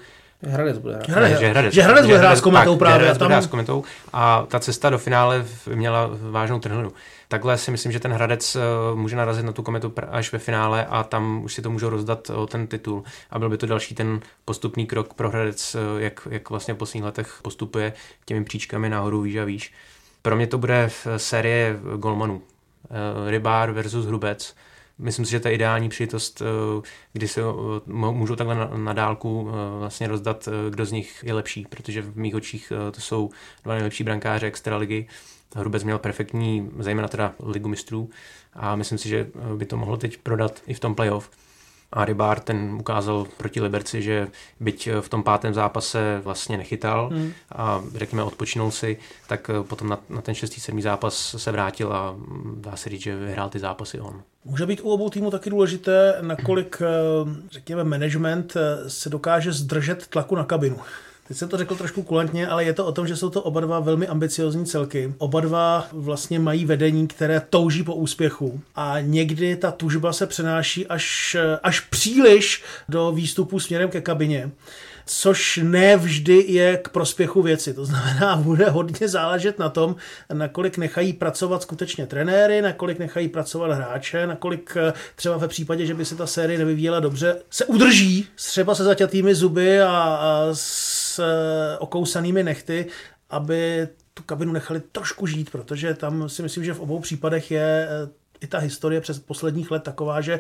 Hradec bude hrát. Hradec, že Hradec, že Hradec bude hrát s Kometou tak, právě. Hradec Tam... bude hrát s Kometou a ta cesta do finále měla vážnou trhlinu. Takhle si myslím, že ten Hradec může narazit na tu Kometu až ve finále a tam už si to můžou rozdat o ten titul. A byl by to další ten postupný krok pro Hradec, jak, jak vlastně v posledních letech postupuje těmi příčkami nahoru výš a výš. Pro mě to bude série golmanů. Rybár versus Hrubec. Myslím si, že to je ideální příležitost, kdy se můžou takhle na dálku vlastně rozdat, kdo z nich je lepší, protože v mých očích to jsou dva nejlepší brankáře extraligy. Hrubec měl perfektní, zejména teda ligu mistrů a myslím si, že by to mohlo teď prodat i v tom playoff. A Rybár ten ukázal proti Liberci, že byť v tom pátém zápase vlastně nechytal hmm. a řekněme odpočinul si, tak potom na, na ten šestý, sedmý zápas se vrátil a dá se říct, že vyhrál ty zápasy on. Může být u obou týmů taky důležité, nakolik, řekněme, management se dokáže zdržet tlaku na kabinu. Teď jsem to řekl trošku kulantně, ale je to o tom, že jsou to oba dva velmi ambiciozní celky. Oba dva vlastně mají vedení, které touží po úspěchu a někdy ta tužba se přenáší až, až příliš do výstupu směrem ke kabině, což ne vždy je k prospěchu věci. To znamená, bude hodně záležet na tom, nakolik nechají pracovat skutečně trenéry, nakolik nechají pracovat hráče, nakolik třeba ve případě, že by se ta série nevyvíjela dobře, se udrží třeba se zaťatými zuby a, a s okousanými nechty, aby tu kabinu nechali trošku žít, protože tam si myslím, že v obou případech je i ta historie přes posledních let taková, že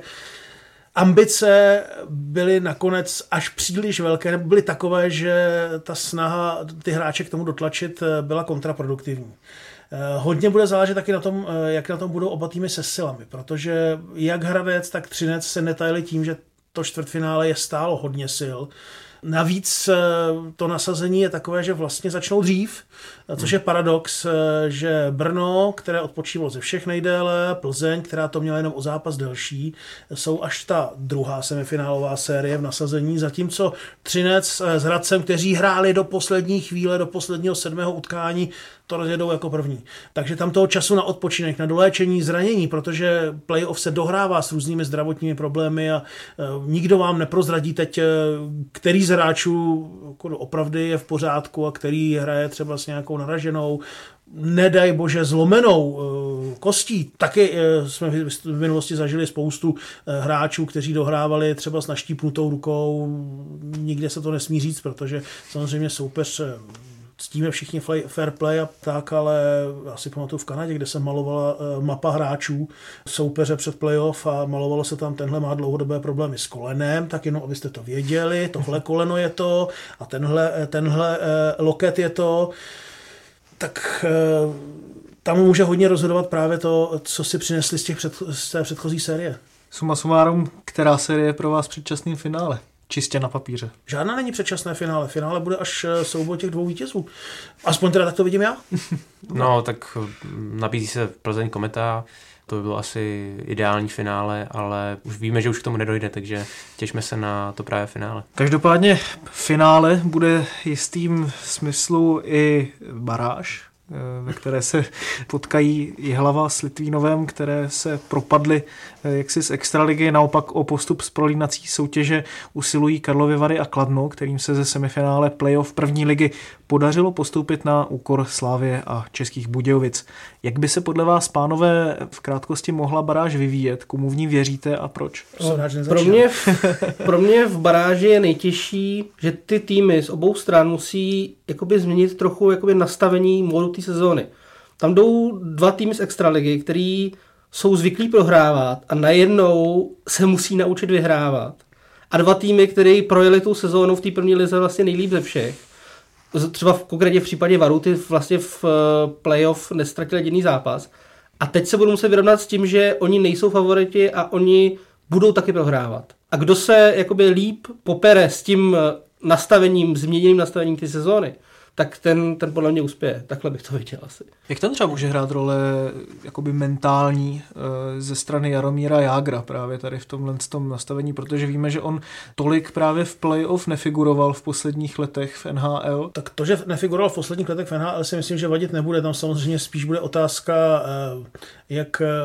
ambice byly nakonec až příliš velké, nebo byly takové, že ta snaha ty hráče k tomu dotlačit byla kontraproduktivní. Hodně bude záležet taky na tom, jak na tom budou oba týmy se silami, protože jak Hradec, tak Třinec se netajili tím, že to čtvrtfinále je stálo hodně sil. Navíc to nasazení je takové, že vlastně začnou dřív, což je paradox, že Brno, které odpočívalo ze všech nejdéle, Plzeň, která to měla jenom o zápas delší, jsou až ta druhá semifinálová série v nasazení, zatímco Třinec s Hradcem, kteří hráli do poslední chvíle, do posledního sedmého utkání, to rozjedou jako první. Takže tam toho času na odpočinek, na doléčení zranění, protože playoff se dohrává s různými zdravotními problémy a nikdo vám neprozradí teď, který z hráčů opravdu je v pořádku a který hraje třeba s nějakou naraženou, nedaj bože zlomenou kostí. Taky jsme v minulosti zažili spoustu hráčů, kteří dohrávali třeba s naštípnutou rukou. Nikde se to nesmí říct, protože samozřejmě soupeř ctíme všichni fair play a tak, ale já si pamatuju v Kanadě, kde se malovala mapa hráčů soupeře před playoff a malovalo se tam, tenhle má dlouhodobé problémy s kolenem, tak jenom abyste to věděli, tohle koleno je to a tenhle, tenhle loket je to, tak tam může hodně rozhodovat právě to, co si přinesli z, těch před, z té předchozí série. Suma sumárum, která série je pro vás předčasným finále? Čistě na papíře. Žádná není předčasné finále. Finále bude až souboj těch dvou vítězů. Aspoň teda tak to vidím já. No, tak nabízí se Plzeň Kometa. To by bylo asi ideální finále, ale už víme, že už k tomu nedojde, takže těšme se na to právě finále. Každopádně finále bude jistým smyslu i baráž, ve které se potkají Jihlava s Litvínovem, které se propadly jaksi z extraligy, naopak o postup z prolínací soutěže usilují Karlovy Vary a Kladno, kterým se ze semifinále playoff první ligy podařilo postoupit na úkor Slavie a Českých Budějovic. Jak by se podle vás, pánové, v krátkosti mohla baráž vyvíjet? Komu v ní věříte a proč? Pro mě, pro mě v baráži je nejtěžší, že ty týmy z obou stran musí jakoby změnit trochu jakoby nastavení módu té sezóny. Tam jdou dva týmy z extraligy, který jsou zvyklí prohrávat a najednou se musí naučit vyhrávat. A dva týmy, které projeli tu sezónu v té první lize vlastně nejlíp ze všech. Třeba v, konkrétně v případě Varu, ty vlastně v playoff nestratili jediný zápas. A teď se budou muset vyrovnat s tím, že oni nejsou favoriti a oni budou taky prohrávat. A kdo se jakoby líp popere s tím nastavením, změněným nastavením té sezóny, tak ten, ten podle mě uspěje. Takhle bych to viděl asi. Jak tam třeba může hrát role jakoby mentální ze strany Jaromíra Jágra právě tady v tomhle tom nastavení, protože víme, že on tolik právě v playoff nefiguroval v posledních letech v N H L. Tak to, že nefiguroval v posledních letech v N H L, si myslím, že vadit nebude. Tam samozřejmě spíš bude otázka, jak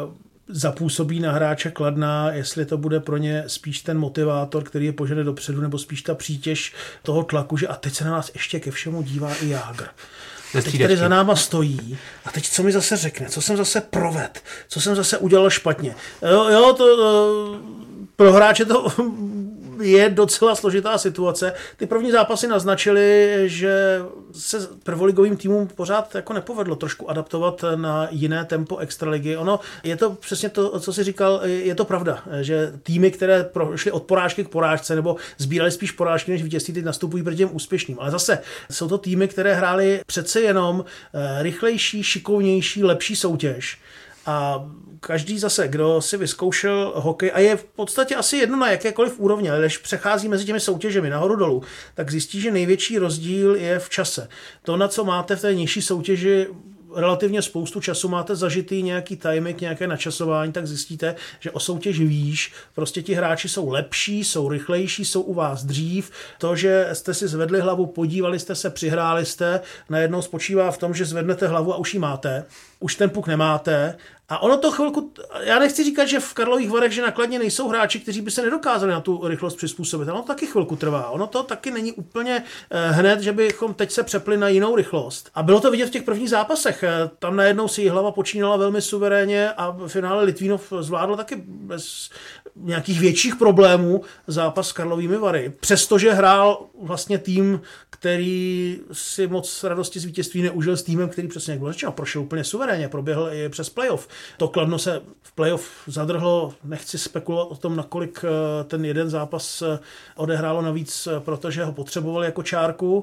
zapůsobí na hráče Kladna, jestli to bude pro ně spíš ten motivátor, který je požene dopředu, nebo spíš ta přítěž toho tlaku, že a teď se na nás ještě ke všemu dívá i Jágr. A teď tady za náma stojí a teď co mi zase řekne, co jsem zase proved, co jsem zase udělal špatně. Jo, jo to pro hráče to je docela složitá situace. Ty první zápasy naznačily, že se prvoligovým týmům pořád jako nepovedlo trošku adaptovat na jiné tempo extraligy. Ono je to přesně to, co jsi říkal, je to pravda, že týmy, které prošly od porážky k porážce nebo sbírali spíš porážky než vítězství, teď nastupují proti těm úspěšným. Ale zase jsou to týmy, které hrály přece jenom rychlejší, šikovnější, lepší soutěž. A každý zase, kdo si vyzkoušel hokej a je v podstatě asi jedno na jakékoliv úrovni, ale když přechází mezi těmi soutěžemi nahoru dolů, tak zjistí, že největší rozdíl je v čase. To, na co máte v té nižší soutěži relativně spoustu času, máte zažitý nějaký timing, nějaké načasování, tak zjistíte, že o soutěži výš, prostě ti hráči jsou lepší, jsou rychlejší, jsou u vás dřív. To, že jste si zvedli hlavu, podívali jste se, přihráli jste, najednou spočívá v tom, že zvednete hlavu a už ji máte. Už ten puk nemáte. A ono to chvilku, já nechci říkat, že v Karlových Varech, že nakladně nejsou hráči, kteří by se nedokázali na tu rychlost přizpůsobit. Ono to taky chvilku trvá. Ono to taky není úplně hned, že bychom teď se přepli na jinou rychlost. A bylo to vidět v těch prvních zápasech. Tam najednou si Jihlava počínala velmi suverénně a v finále Litvínov zvládl taky bez nějakých větších problémů zápas s Karlovými Vary. Přestože hrál vlastně tým, který si moc radosti z vítězství neužil s týmem, který přesně jak bylo řečeno, prošel úplně suverénně, proběhl i přes playoff. To Kladno se v playoff zadrhlo, nechci spekulovat o tom, nakolik ten jeden zápas odehrálo navíc, protože ho potřebovali jako čárku.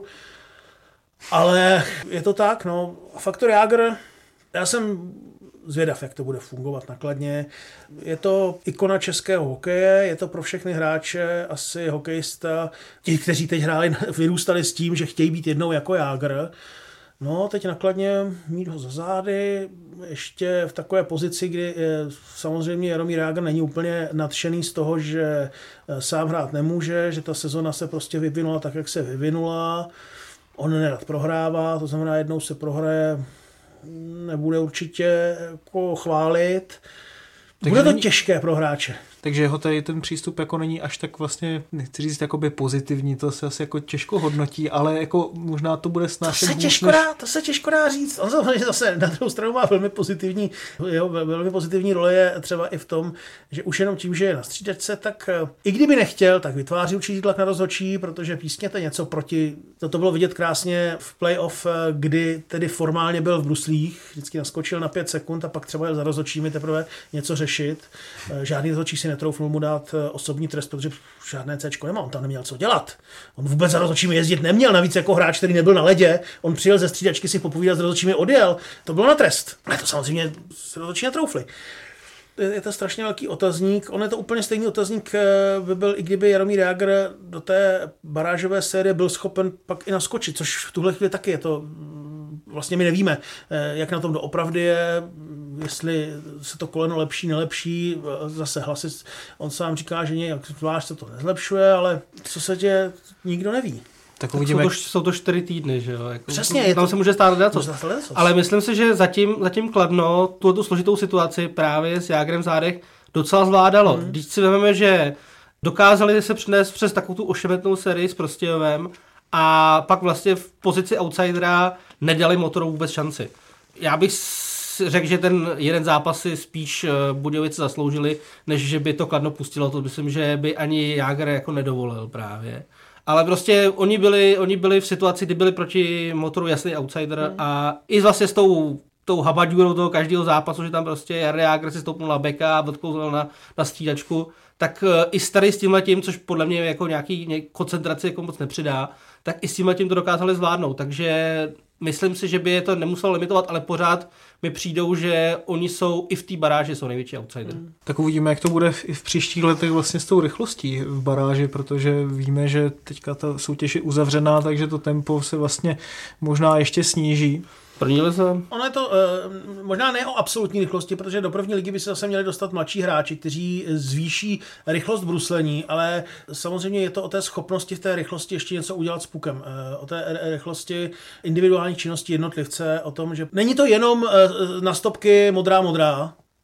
Ale je to tak, no. Faktor Jágr, já jsem zvědav, jak to bude fungovat na Kladně. Je to ikona českého hokeje, je to pro všechny hráče asi hokejista, ti, kteří teď hráli, vyrůstali s tím, že chtějí být jednou jako Jágr. No, teď na Kladně mít ho za zády, ještě v takové pozici, kdy je, samozřejmě Jaromír Jágr není úplně nadšený z toho, že sám hrát nemůže, že ta sezona se prostě vyvinula tak, jak se vyvinula. On nerad prohrává, to znamená, jednou se prohraje, nebude určitě jako chválit. Takže bude to není těžké pro hráče. Takže jeho tady ten přístup jako není až tak vlastně, nechci říct jakoby pozitivní, to se asi jako těžko hodnotí, ale jako možná to bude snášet. To se těžko dá, to se těžko dá říct. On samozřejmě zase na druhou stranu má velmi pozitivní, jeho velmi pozitivní role je třeba i v tom, že už jenom tím, že je na střídačce, tak i kdyby nechtěl, tak vytváří určitý tlak na rozhodčí, protože pískněte něco proti. To, to bylo vidět krásně v playoff, kdy tedy formálně byl v bruslích, vždycky naskočil na pět sekund a pak třeba jel za rozhodčími teprve něco řešit. Žádný rozhodčí si netroufnul mu dát osobní trest, protože žádné céčko nemá, on tam neměl co dělat. On vůbec za rozhodčími jezdit neměl, navíc jako hráč, který nebyl na ledě, on přijel ze střídačky si popovídat s rozhodčími, odjel. To bylo na trest. Ale to samozřejmě se rozhodčí netroufli. Je to strašně velký otazník. On je to úplně stejný otazník by byl, i kdyby Jaromír Jágr do té barážové série byl schopen pak i naskočit, což v tuhle chvíli taky je to. Vlastně my nevíme, jak na tom doopravdy je, jestli se to koleno lepší, nelepší, zase hlasy, on sám říká, že nějak zvlášť se to nezlepšuje, ale co se děje, nikdo neví. Tak uvidíme, jsou, to, jsou to čtyři týdny, že jo? Jako, přesně. Je tam to, se může stát něco. Ale myslím si, že zatím, zatím Kladno tu složitou situaci právě s Jágrem v zádech docela zvládalo. Hmm. Když si vezmeme, že dokázali se přinést přes takovou tu ošemetnou sérii s Prostějovem a pak vlastně v pozici outsidera nedali Motoru vůbec šanci. Já bych řekl, že ten jeden zápas si spíš Budějovice zasloužili, než že by to Kladno pustilo. To myslím, že by ani Jágr jako nedovolil právě. Ale prostě oni byli, oni byli v situaci, kdy byli proti Motoru jasný outsider hmm. a i vlastně s tou, tou habaďurou toho každého zápasu, že tam prostě Jarda Jágr si stoupnul na beka a odklouzl na, na střídačku, tak i starý s tímhletím, což podle mě jako nějaký, nějaký koncentraci jako moc nepřidá, tak i s tímhletím to dokázali zvládnout. Takže myslím si, že by je to nemuselo limitovat, ale pořád mi přijdou, že oni jsou i v té baráži jsou největší outsider. Hmm. Tak uvidíme, jak to bude i v příštích letech vlastně s tou rychlostí v baráži, protože víme, že teďka ta soutěž je uzavřená, takže to tempo se vlastně možná ještě sníží. První lize? Ono je to uh, možná ne o absolutní rychlosti, protože do první ligy by se zase měli dostat mladší hráči, kteří zvýší rychlost bruslení, ale samozřejmě je to o té schopnosti v té rychlosti ještě něco udělat s pukem. Uh, o té rychlosti individuální činnosti jednotlivce, o tom, že není to jenom uh, na stopky modrá modrá,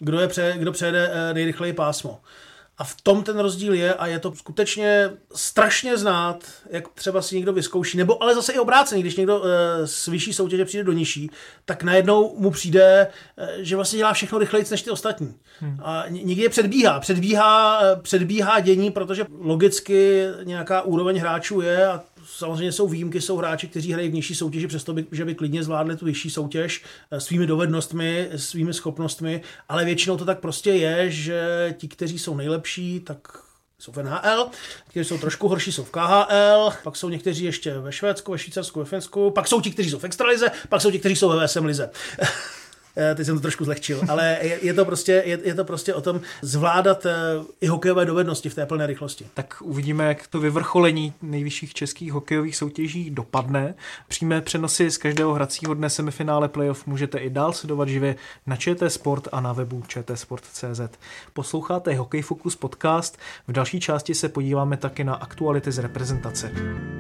kdo, je pře, kdo přejede nejrychleji pásmo. A v tom ten rozdíl je a je to skutečně strašně znát, jak třeba si někdo vyzkouší, nebo ale zase i obráceně, když někdo z vyšší soutěže přijde do nižší, tak najednou mu přijde, že vlastně dělá všechno rychleji než ty ostatní. Hmm. A někdy je předbíhá, předbíhá, předbíhá dění, protože logicky nějaká úroveň hráčů je a samozřejmě jsou výjimky, jsou hráči, kteří hrají v nižší soutěži, přesto by, že by klidně zvládli tu vyšší soutěž svými dovednostmi, svými schopnostmi, ale většinou to tak prostě je, že ti, kteří jsou nejlepší, tak jsou v N H L, kteří jsou trošku horší, jsou v K H L, pak jsou někteří ještě ve Švédsku, ve Švýcarsku, ve Finsku, pak jsou ti, kteří jsou v extralize, pak jsou ti, kteří jsou ve V S M lize. Teď jsem to trošku zlehčil, ale je, je, to prostě, je, je to prostě o tom zvládat i hokejové dovednosti v té plné rychlosti. Tak uvidíme, jak to vyvrcholení nejvyšších českých hokejových soutěží dopadne. Přímé přenosy z každého hracího dne semifinále playoff můžete i dál sledovat živě na Č T Sport a na webu č t sport tečka c z. Posloucháte Hokej Focus podcast. V další části se podíváme taky na aktuality z reprezentace.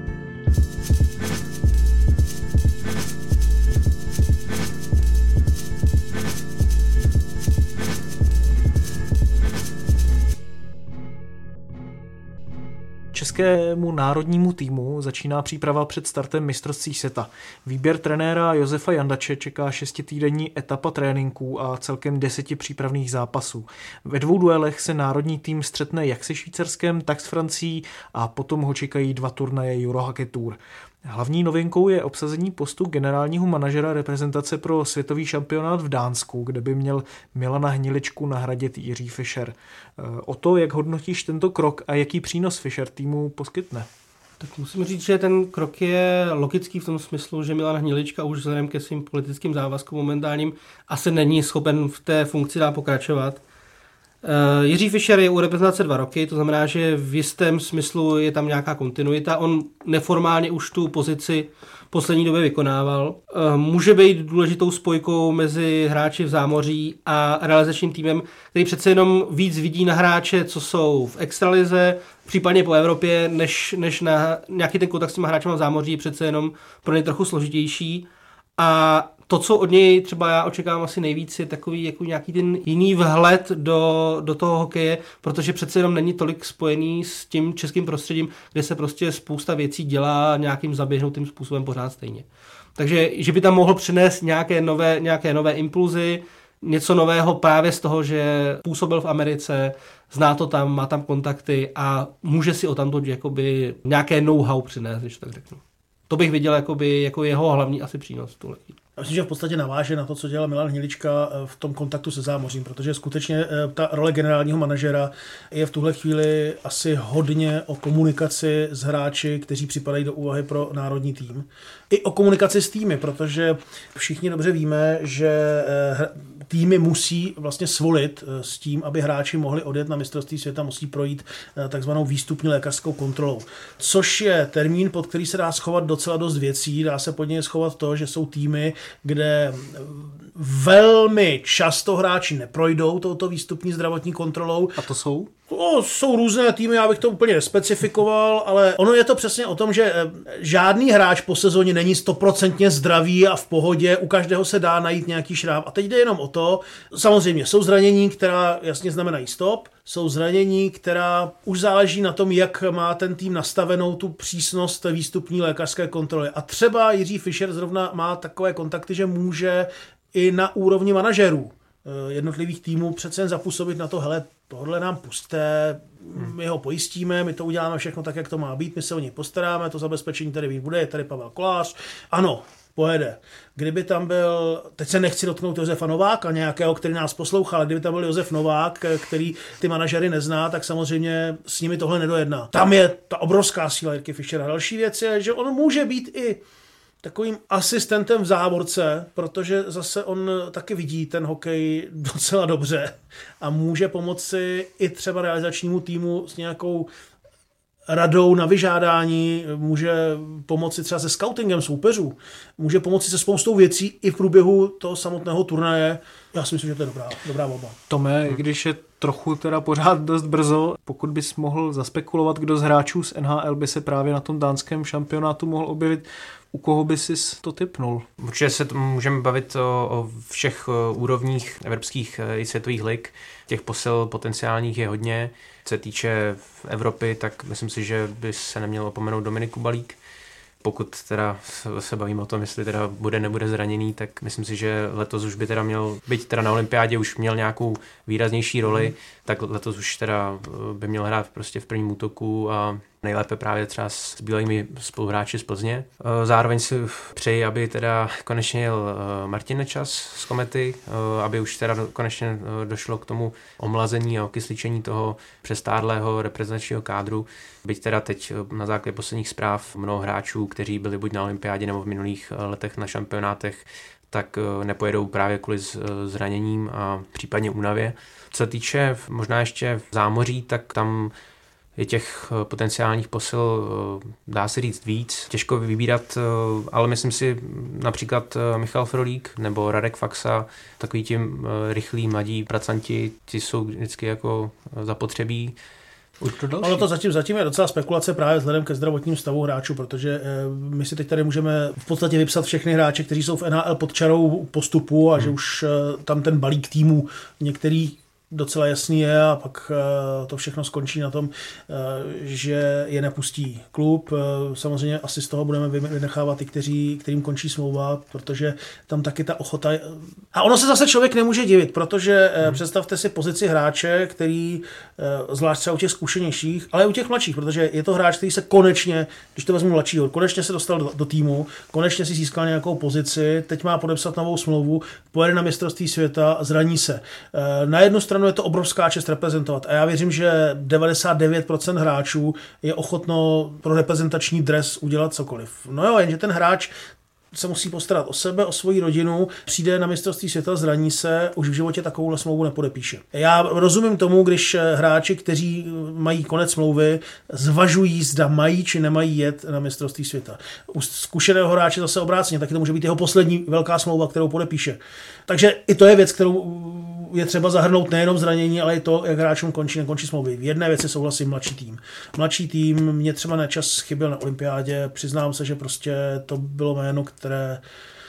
Českému národnímu týmu začíná příprava před startem mistrovství světa. Výběr trenéra Josefa Jandače čeká šestitýdenní etapa tréninků a celkem deseti přípravných zápasů. Ve dvou duelech se národní tým střetne jak se Švýcarskem, tak s Francií a potom ho čekají dva turnaje Eurohockey Tour. Hlavní novinkou je obsazení postu generálního manažera reprezentace pro světový šampionát v Dánsku, kde by měl Milana Hniličku nahradit Jiří Fischer. O to, jak hodnotíš tento krok a jaký přínos Fischer týmu poskytne? Tak musím říct, že ten krok je logický v tom smyslu, že Milan Hnilička už vzhledem ke svým politickým závazkům momentálním asi není schopen v té funkci dál pokračovat. Uh, Jiří Fischer je u reprezentace dva roky, to znamená, že v jistém smyslu je tam nějaká kontinuita. On neformálně už tu pozici poslední době vykonával. Uh, může být důležitou spojkou mezi hráči v zámoří a realizačním týmem, který přece jenom víc vidí na hráče, co jsou v extralize, případně po Evropě, než, než na nějaký ten kontakt s těma hráčema v zámoří je přece jenom pro ně trochu složitější. A to, co od něj třeba já očekávám asi nejvíc, je takový jako nějaký ten jiný vhled do, do toho hokeje, protože přece jenom není tolik spojený s tím českým prostředím, kde se prostě spousta věcí dělá nějakým zaběhnutým způsobem pořád stejně. Takže, že by tam mohl přinést nějaké nové, nějaké nové impulzy, něco nového právě z toho, že působil v Americe, zná to tam, má tam kontakty a může si o tamto jakoby nějaké know-how přinést, když tak řeknu. To bych viděl jakoby, jako jeho hlavní asi přínos. Tuhle. Já myslím, že v podstatě naváže na to, co dělal Milan Hnilička v tom kontaktu se zámořím, protože skutečně ta role generálního manažera je v tuhle chvíli asi hodně o komunikaci s hráči, kteří připadají do úvahy pro národní tým. I o komunikaci s týmy, protože všichni dobře víme, že týmy musí vlastně svolit s tím, aby hráči mohli odjet na mistrovství světa, musí projít takzvanou výstupní lékařskou kontrolou. Což je termín, pod který se dá schovat docela dost věcí. Dá se pod něj schovat to, že jsou týmy, kde velmi často hráči neprojdou touto výstupní zdravotní kontrolou. A to jsou? O, jsou různé týmy, já bych to úplně nespecifikoval, ale ono je to přesně o tom, že žádný hráč po sezóně není stoprocentně zdravý a v pohodě, u každého se dá najít nějaký šráp. A teď jde jenom o to, samozřejmě jsou zranění, která jasně znamenají stop, jsou zranění, která už záleží na tom, jak má ten tým nastavenou tu přísnost výstupní lékařské kontroly. A třeba Jiří Fischer zrovna má takové kontakty, že může i na úrovni manažerů jednotlivých týmů přece jen zapůsobit na to, hele, tohle nám pusťte, my ho pojistíme, my to uděláme všechno tak, jak to má být, my se o něj postaráme, to zabezpečení tady bude, je tady Pavel Kolář, ano, pojede. Kdyby tam byl, teď se nechci dotknout Josefa Nováka, nějakého, který nás poslouchal, ale kdyby tam byl Josef Novák, který ty manažery nezná, tak samozřejmě s nimi tohle nedojedná. Tam je ta obrovská síla Jirky Fischera. Další věc je, že on může být i takovým asistentem v závorce, protože zase on taky vidí ten hokej docela dobře a může pomoci i třeba realizačnímu týmu s nějakou radou na vyžádání, může pomoci třeba se scoutingem soupeřů, může pomoci se spoustou věcí i v průběhu toho samotného turnaje. Já si myslím, že to je dobrá, dobrá volba. Tome, hmm. když je trochu teda pořád dost brzo, pokud bys mohl zaspekulovat, kdo z hráčů z N H L by se právě na tom dánském šampionátu mohl objevit, u koho by si to tipnul? Určitě se můžeme bavit o, o všech úrovních evropských i světových lig. Těch posil potenciálních je hodně. Co se týče Evropy, tak myslím si, že by se neměl opomenout Dominik Kubalík. Pokud teda se bavíme o tom, jestli teda bude, nebude zraněný, tak myslím si, že letos už by teda měl, byť teda na olympiádě už měl nějakou výraznější roli, mm. tak letos už teda by měl hrát prostě v prvním útoku a nejlépe právě třeba s bývalými spoluhráči z Plzně. Zároveň si přeji, aby teda konečně jel Martin Nečas z Komety, aby už teda konečně došlo k tomu omlazení a okysličení toho přestárlého reprezentačního kádru. Byť teda teď na základě posledních zpráv mnoho hráčů, kteří byli buď na olympiádě nebo v minulých letech na šampionátech, tak nepojedou právě kvůli zraněním a případně únavě. Co se týče možná ještě zámoří, tak tam je těch potenciálních posil, dá se říct víc, těžko vybírat, ale myslím si například Michal Frolík nebo Radek Faxa, takový ti rychlí, mladí pracanti, ti jsou vždycky jako zapotřebí. Ale to zatím, zatím je docela spekulace právě vzhledem ke zdravotním stavu hráčů, protože my si teď tady můžeme v podstatě vypsat všechny hráče, kteří jsou v N H L pod čarou postupu a hmm. že už tam ten balík týmů některý docela jasný je a pak to všechno skončí na tom, že je nepustí klub. Samozřejmě asi z toho budeme vynechávat i kteří, kterým končí smlouva, protože tam taky ta ochota... A ono se zase člověk nemůže divit, protože hmm. představte si pozici hráče, který, zvlášť třeba u těch zkušenějších, ale i u těch mladších, protože je to hráč, který se konečně, když to vezmu mladšího, konečně se dostal do, do týmu, konečně si získal nějakou pozici, teď má podepsat novou smlouvu, pojede na mistrovství světa, zraní se. Na jednu stranu je to obrovská čest reprezentovat a já věřím, že devadesát devět procent hráčů je ochotno pro reprezentační dres udělat cokoliv. No jo, jenže ten hráč se musí postarat o sebe, o svoji rodinu, přijde na mistrovství světa, zraní se, už v životě takovouhle smlouvu nepodepíše. Já rozumím tomu, když hráči, kteří mají konec smlouvy, zvažují, zda mají či nemají jet na mistrovství světa. U zkušeného hráče zase obráceně, taky to může být jeho poslední velká smlouva, kterou podepíše. Takže i to je věc, kterou je třeba zahrnout nejenom zranění, ale i to, jak hráčům končí, nekončí smlouvy. V jedné věci souhlasím, mladší tým. Mladší tým, mě třeba Nečas chyběl na olympiádě, přiznám se, že prostě to bylo jméno, které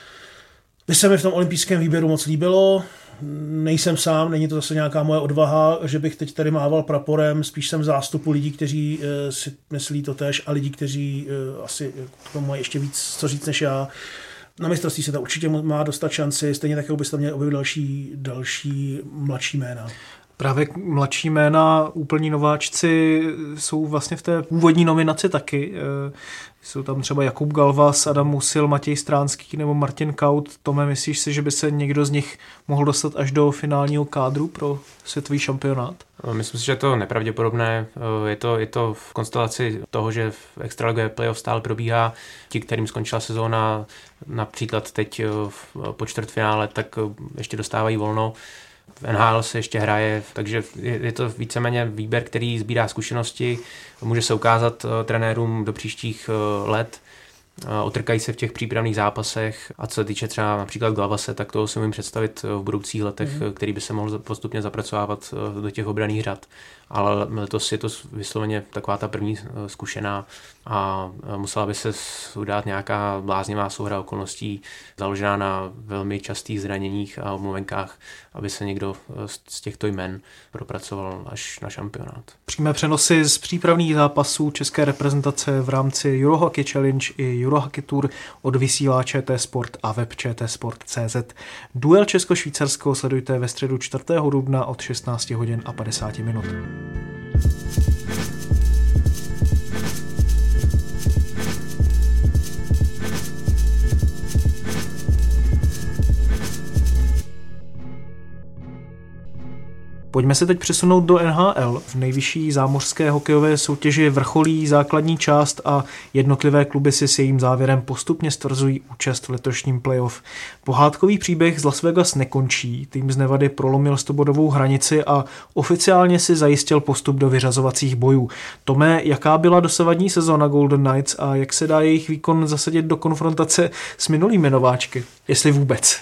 by se mi v tom olympijském výběru moc líbilo. Nejsem sám, není to zase nějaká moje odvaha, že bych teď tady mával praporem, spíš jsem v zástupu lidí, kteří e, si myslí to též a lidí, kteří e, asi tomu mají ještě víc co říct než já. Na mistrovství se to určitě má dostat šanci, stejně tak, by se tam měli objevit další, další mladší jména. Právě mladší jména, úplní nováčci jsou vlastně v té původní nominaci taky. Jsou tam třeba Jakub Galvas, Adam Musil, Matěj Stránský nebo Martin Kaut. Tome, myslíš si, že by se někdo z nich mohl dostat až do finálního kádru pro světový šampionát? Myslím si, že je to nepravděpodobné. Je to, je to v konstelaci toho, že v extraligově playoff stále probíhá. Ti, kterým skončila sezóna, například teď po čtvrtfinále, tak ještě dostávají volno. V N H L se ještě hraje, takže je to víceméně výběr, který sbírá zkušenosti, může se ukázat trenérům do příštích let, otrkají se v těch přípravných zápasech a co se týče třeba například Glavase, tak toho si můžu představit v budoucích letech, mm. který by se mohl postupně zapracovávat do těch obranných řad. Ale letos je to vysloveně taková ta první zkušená a musela by se udát nějaká bláznivá souhra okolností založená na velmi častých zraněních a omluvenkách, aby se někdo z těchto jmen propracoval až na šampionát. Přímé přenosy z přípravných zápasů české reprezentace v rámci Eurohockey Challenge i Eurohockey Tour odvysílá ČT Sport a web čtsport tečka cé zet. Duel Česko-Švýcarsko sledujte ve středu čtvrtého dubna od šestnáct hodin a padesát minut. Pojďme se teď přesunout do N H L. V nejvyšší zámořské hokejové soutěži vrcholí základní část a jednotlivé kluby si s jejím závěrem postupně stvrzují účast v letošním playoff. Pohádkový příběh z Las Vegas nekončí. Tým z Nevady prolomil stobodovou hranici a oficiálně si zajistil postup do vyřazovacích bojů. Tome, jaká byla dosavadní sezóna Golden Knights a jak se dá jejich výkon zasadit do konfrontace s minulými nováčky? Jestli vůbec.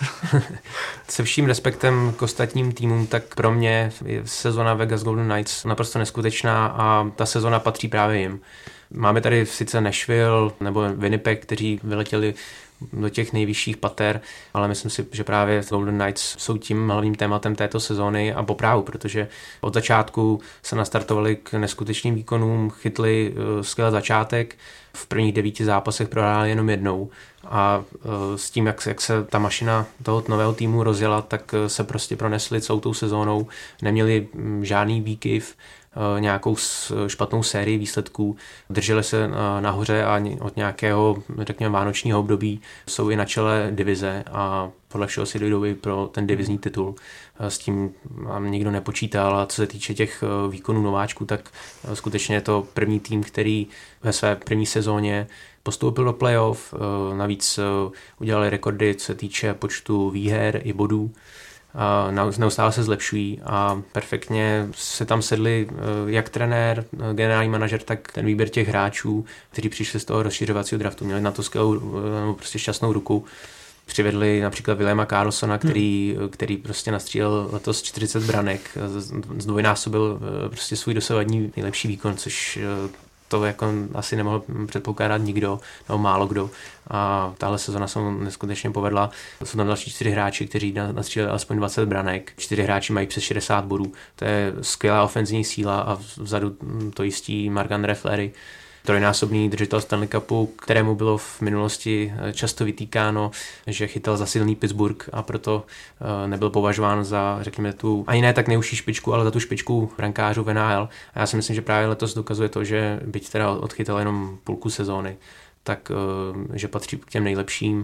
Se vším respektem k ostatním týmům, tak pro mě je sezona Vegas Golden Knights naprosto neskutečná a ta sezona patří právě jim. Máme tady sice Nashville nebo Winnipeg, kteří vyletěli do těch nejvyšších pater, ale myslím si, že právě Golden Knights jsou tím hlavním tématem této sezóny a po právu, protože od začátku se nastartovali k neskutečným výkonům, chytli skvělý začátek, v prvních devíti zápasech prohráli jenom jednou a s tím, jak, jak se ta mašina toho nového týmu rozjela, tak se prostě pronesli celou tou sezónou, neměli žádný výkyv, nějakou špatnou sérii výsledků, drželi se nahoře a od nějakého, řekněme, vánočního období jsou i na čele divize a podle všeho si dojdou i pro ten divizní titul. S tím nikdo nepočítal a co se týče těch výkonů nováčků, tak skutečně je to první tým, který ve své první sezóně postoupil do playoff, navíc udělali rekordy, co se týče počtu výher i bodů. Neustále se zlepšují a perfektně se tam sedli jak trenér, generální manažer, tak ten výběr těch hráčů, kteří přišli z toho rozšiřovacího draftu. Měli na to skvělou, prostě šťastnou ruku. Přivedli například Williama Karlssona, který, hmm. který prostě nastřílel letos čtyřicet branek, zdvojnásobil prostě svůj dosavadní nejlepší výkon, což to jako asi nemohl předpokládat nikdo, nebo málo kdo. A tahle sezona se neskutečně povedla. Jsou tam další čtyři hráči, kteří nastříleli alespoň dvacet branek. Čtyři hráči mají přes šedesát bodů. To je skvělá ofenzivní síla a vzadu to jistí Marc-André Fleury, trojnásobný držitel Stanley Cupu, kterému bylo v minulosti často vytýkáno, že chytal za silný Pittsburgh a proto nebyl považován za, řekněme, tu ani ne tak nejužší špičku, ale za tu špičku brankářů v N H L. A já si myslím, že právě letos dokazuje to, že byť teda odchytal jenom půlku sezóny, tak že patří k těm nejlepším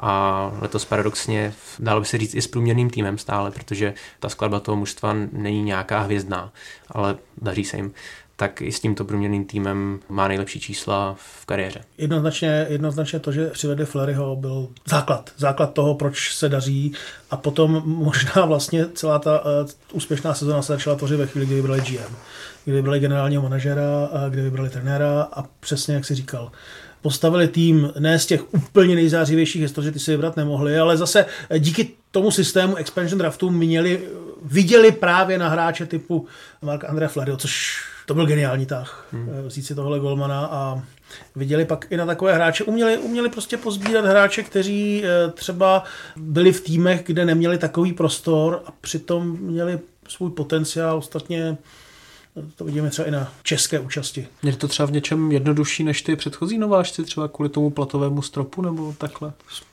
a letos paradoxně dalo by se říct i s průměrným týmem stále, protože ta skladba toho mužstva není nějaká hvězdná, ale daří se jim, tak i s tímto průměrným týmem má nejlepší čísla v kariéře. Jednoznačně, jednoznačně to, že přivedli Fleuryho, byl základ. Základ toho, proč se daří a potom možná vlastně celá ta uh, úspěšná sezona se začala tvořit ve chvíli, kdy vybrali G M. Kdy vybrali generálního manažera, kdy vybrali trenéra a přesně jak si říkal, postavili tým ne z těch úplně nejzářivějších historií, ty si vybrat nemohli, ale zase díky tomu systému expansion draftu měli, viděli právě na hráče typu Marc-André Fleuryho, což to byl geniální tah, hmm. vzít si tohle golmana a viděli pak i na takové hráče. Uměli, uměli prostě pozbírat hráče, kteří třeba byli v týmech, kde neměli takový prostor a přitom měli svůj potenciál. Ostatně to vidíme třeba i na české účasti. Je to třeba v něčem jednodušší než ty předchozí nováčci, třeba kvůli tomu platovému stropu nebo takhle?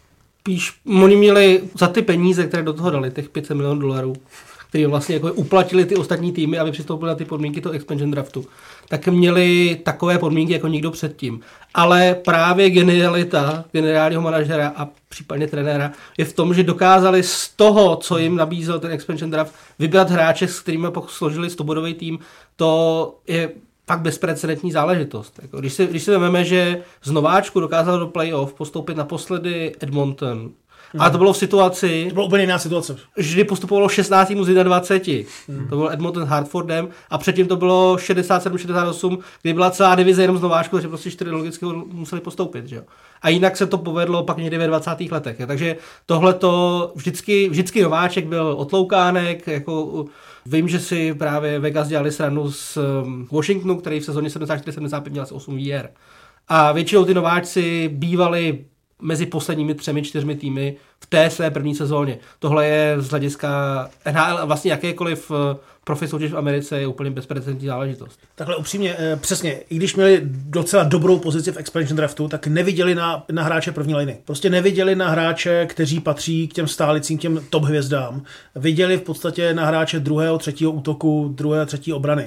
Spíš oni měli za ty peníze, které do toho dali, těch pět set milionů dolarů, který vlastně jako uplatili ty ostatní týmy, aby přistoupili na ty podmínky toho expansion draftu, tak měli takové podmínky jako nikdo předtím. Ale právě genialita generálního manažera a případně trenéra je v tom, že dokázali z toho, co jim nabízel ten expansion draft, vybrat hráče, s kterými pak složili stobodový tým. To je fakt bezprecedentní záležitost. Jako, když si, když si vezmeme, že z nováčku dokázal do playoff postoupit naposledy Edmonton, ale to bylo v situaci... To bylo úplně jiná situace. Vždy postupovalo šestnáct týmů z dvacet jedna. Hmm. To byl Edmonton Hartfordem a předtím to bylo šedesát sedm šedesát osm, kdy byla celá divize jenom z nováčku, takže prostě čtyři logicky museli postoupit. Že jo? A jinak se to povedlo pak někdy ve dvacátých letech. Je. Takže tohle to vždycky, vždycky nováček byl otloukánek. Jako, vím, že si právě Vegas dělali srandu z Washingtonu, který v sezóně sedmdesát čtyři sedmdesát pět měl asi osm výher. A většinou ty nováčci bývali mezi posledními třemi, čtyřmi týmy v té své první sezóně. Tohle je z hlediska N H L a vlastně jakékoliv profi soutěž v Americe je úplně bezprecedentní záležitost. Takhle upřímně, přesně, i když měli docela dobrou pozici v expansion draftu, tak neviděli na, na hráče první liny. Prostě neviděli na hráče, kteří patří k těm stálicím, k těm top hvězdám. Viděli v podstatě na hráče druhého, třetího útoku, druhé, třetí obrany.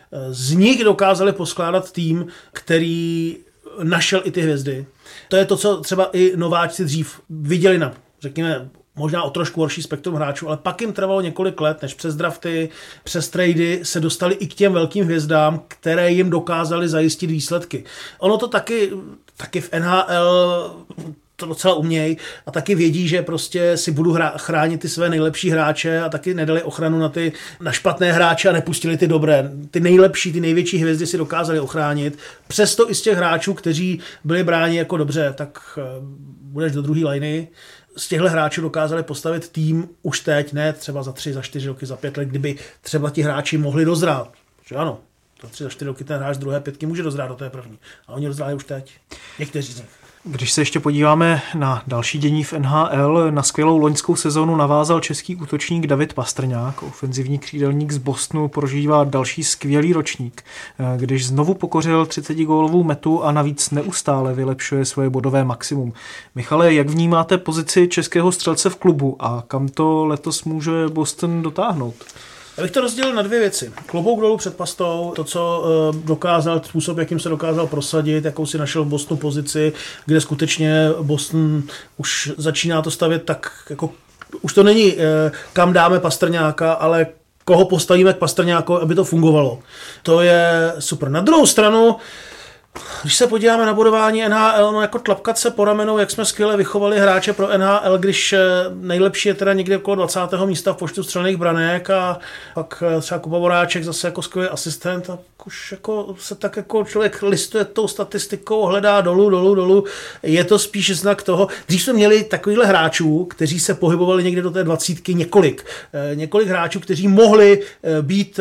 Z nich dokázali poskládat tým, který našel i ty hvězdy. To je to, co třeba i nováčci dřív viděli na, řekněme, možná o trošku horší spektrum hráčů, ale pak jim trvalo několik let, než přes drafty, přes trady se dostali i k těm velkým hvězdám, které jim dokázaly zajistit výsledky. Ono to taky, taky v N H L to docela umějí a taky vědí, že prostě si budu hra, chránit ty své nejlepší hráče a taky nedali ochranu na ty na špatné hráče a nepustili ty dobré. Ty nejlepší, ty největší hvězdy si dokázali ochránit. Přesto i z těch hráčů, kteří byli bráni jako dobře, tak budeš do druhé liny. Z těchto hráčů dokázali postavit tým už teď, ne třeba za tři, za čtyři roky, za pět let, kdyby třeba ti hráči mohli dozrát. Že ano, za tři, za čtyři roky ten hráč z druhé pětky může dozrát do té první. A oni dozráli už teď. Někteří z nich. Když se ještě podíváme na další dění v N H L, na skvělou loňskou sezónu navázal český útočník David Pastrňák. Ofenzivní křídelník z Bostonu prožívá další skvělý ročník, když znovu pokořil třicetigólovou metu a navíc neustále vylepšuje svoje bodové maximum. Michale, jak vnímáte pozici českého střelce v klubu a kam to letos může Boston dotáhnout? Já bych to rozdělil na dvě věci. Klobouk dolů před Pastou, to, co dokázal, způsob, jakým se dokázal prosadit, jakou si našel v Bostonu pozici, kde skutečně Boston už začíná to stavět tak, jako už to není kam dáme Pastrňáka, ale koho postavíme k Pastrňákovi, aby to fungovalo. To je super. Na druhou stranu, když se podíváme na bodování N H L, no jako tlapkat se po ramenou, jak jsme skvěle vychovali hráče pro N H L, když nejlepší je teda někde okolo dvacátého místa v počtu střelných branek a pak třeba Kuba Voráček zase jako skvělý asistent a už jako se tak jako člověk listuje tou statistikou, hledá dolů, dolů, dolů. Je to spíš znak toho, dřív jsme měli takovýhle hráčů, kteří se pohybovali někde do té dvacítky několik. Několik hráčů, kteří mohli být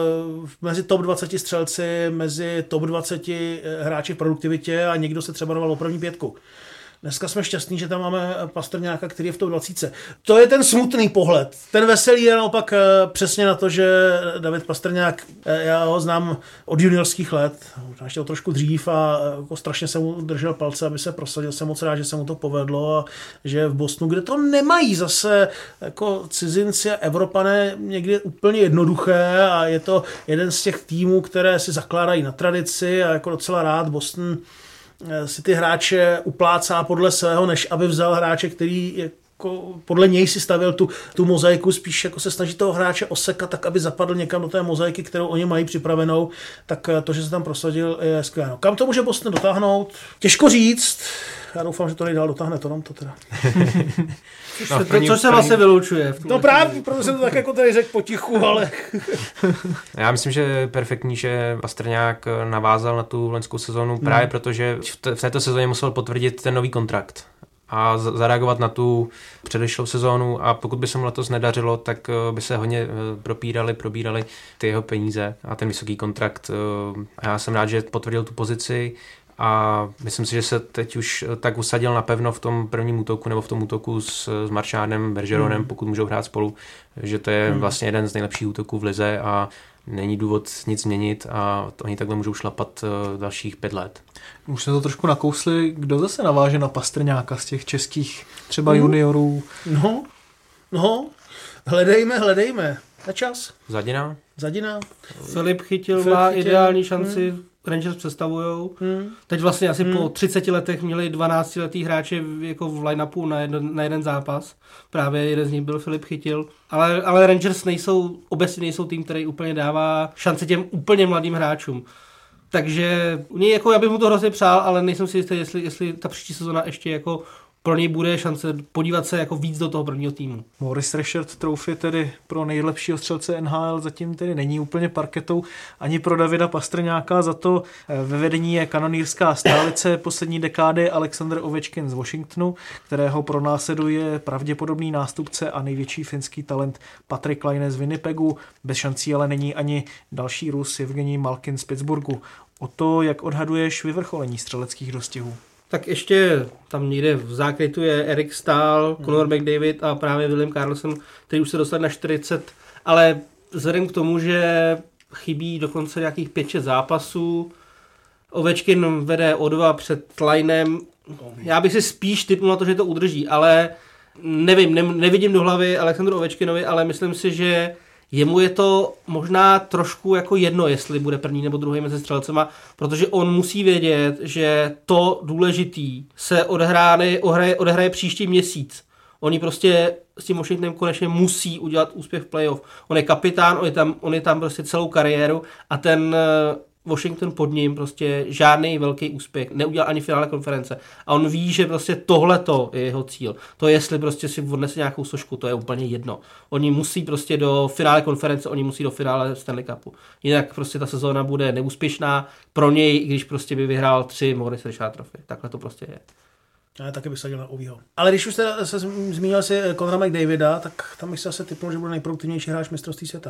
mezi top dvacet střelci, mezi top dvacet hráči v produktivitě a někdo se třeba daval o první pětku. Dneska jsme šťastní, že tam máme Pastrňáka, který je v tom dvacítce. To je ten smutný pohled. Ten veselý je naopak přesně na to, že David Pastrňák, já ho znám od juniorských let, možná ještě o trošku dřív a jako strašně jsem mu držel palce, aby se prosadil. Jsem moc rád, že se mu to povedlo a že v Bostonu, kde to nemají zase jako cizinci a Evropané někdy úplně jednoduché a je to jeden z těch týmů, které si zakládají na tradici a jako docela rád Boston si ty hráče uplácá podle svého, než aby vzal hráče, který jako podle něj si stavěl tu, tu mozaiku, spíš jako se snaží toho hráče osekat tak, aby zapadl někam do té mozaiky, kterou oni mají připravenou, tak to, že se tam prosadil, je skvělé. No, kam to může Boston dotáhnout? Těžko říct. Já doufám, že to nejdál dotáhne Toronto teda. No, to, první, což se vlastně vylučuje. No právě, protože jsem to tak jako tady řekl potichu, ale... Já myslím, že je perfektní, že Pastrňák navázal na tu loňskou sezónu právě hmm. protože v, t- v této sezóně musel potvrdit ten nový kontrakt a z- zareagovat na tu předešlou sezónu a pokud by se mu letos nedařilo, tak by se hodně propírali, probírali ty jeho peníze a ten vysoký kontrakt. A já jsem rád, že potvrdil tu pozici a myslím si, že se teď už tak usadil napevno v tom prvním útoku nebo v tom útoku s, s Marchandem, Bergeronem, hmm. pokud můžou hrát spolu, že to je hmm. vlastně jeden z nejlepších útoků v lize a není důvod nic měnit a to oni takhle můžou šlapat uh, dalších pět let. Už se to trošku nakousli, kdo zase naváže na Pastrňáka z těch českých třeba hmm. juniorů? No, no, hledejme, hledejme. Na čas. Zadina? Zadina. Filip Chytil Filip má chytil. Ideální šanci, hmm. Rangers představujou. Hmm. Teď vlastně asi hmm. po třiceti letech měli dvanáctiletý hráče jako v line-upu na, jedno, na jeden zápas. Právě jeden z nich byl Filip Chytil. Ale, ale Rangers nejsou, obecně nejsou tým, který úplně dává šanci těm úplně mladým hráčům. Takže jako já bych mu to hrozně přál, ale nejsem si jistý, jestli, jestli ta příští sezona ještě jako pro něj bude šance podívat se jako víc do toho prvního týmu. Morris Richard Trophy tedy pro nejlepšího střelce N H L zatím tedy není úplně parketou ani pro Davida Pastrňáka, za to ve vedení je kanonýrská stálice poslední dekády Alexander Ovečkin z Washingtonu, kterého pronásleduje pravděpodobný nástupce a největší finský talent Patrik Laine z Winnipegu. Bez šancí ale není ani další Rus Evgenij Malkin z Pittsburghu. O to, jak odhaduješ vyvrcholení střeleckých dostihů? Tak ještě tam někde v zákrytu je Eric Stahl, hmm. Conor McDavid a právě William Karlsson, který už se dostal na čtyřicet, ale vzhledem k tomu, že chybí dokonce nějakých pět šest zápasů, Ovečkin vede o dva před Lainem, já bych si spíš tipnul na to, že to udrží, ale nevím, ne, nevidím do hlavy Alexandru Ovečkinovi, ale myslím si, že jemu je to možná trošku jako jedno, jestli bude první nebo druhý mezi střelcema, protože on musí vědět, že to důležitý se odehráne, odehraje, odehraje příští měsíc. Oni prostě s tím Washingtonem konečně musí udělat úspěch v playoff. On je kapitán, on je tam, on je tam prostě celou kariéru a ten Washington pod ním prostě žádný velký úspěch, neudělal ani finále konference. A on ví, že prostě tohleto je jeho cíl. To jestli prostě si odnese nějakou sošku, to je úplně jedno. Oni musí prostě do finále konference, oni musí do finále Stanley Cupu. Jinak prostě ta sezóna bude neúspěšná pro něj, i když prostě by vyhrál tři Maurice Richard Trophy. Takhle to prostě je. Já taky bych sadil na Ovího. Ale když už jste se zmínil si Conora McDavida, tak tam bych se asi tipnul, že bude nejproduktivnější hráč mistrovství světa.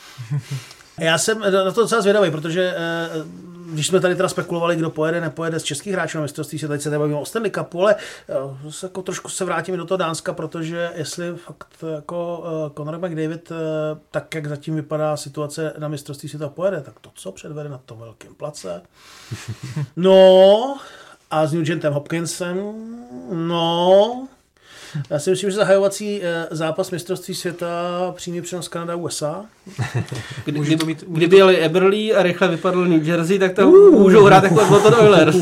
Já jsem na to docela zvědavý, protože když jsme tady teda spekulovali, kdo pojede, nepojede z českých hráčů na mistrovství světa, teď se nebavíme o Stanley Cupu, ale se jako trošku se vrátím do toho Dánska, protože jestli fakt jako Conor McDavid, tak jak zatím vypadá situace na mistrovství světa, pojede, tak to, co předvede na tom velkém place. No, a s Nugentem Hopkinsem, no... Já si myslím, že zahajovací zápas mistrovství světa přímý přenos Kanada U S A. Kdy, kdy, mít, kdyby jeli Eberle a rychle vypadl New Jersey, tak to uh. můžou hrát jako Edmonton Oilers.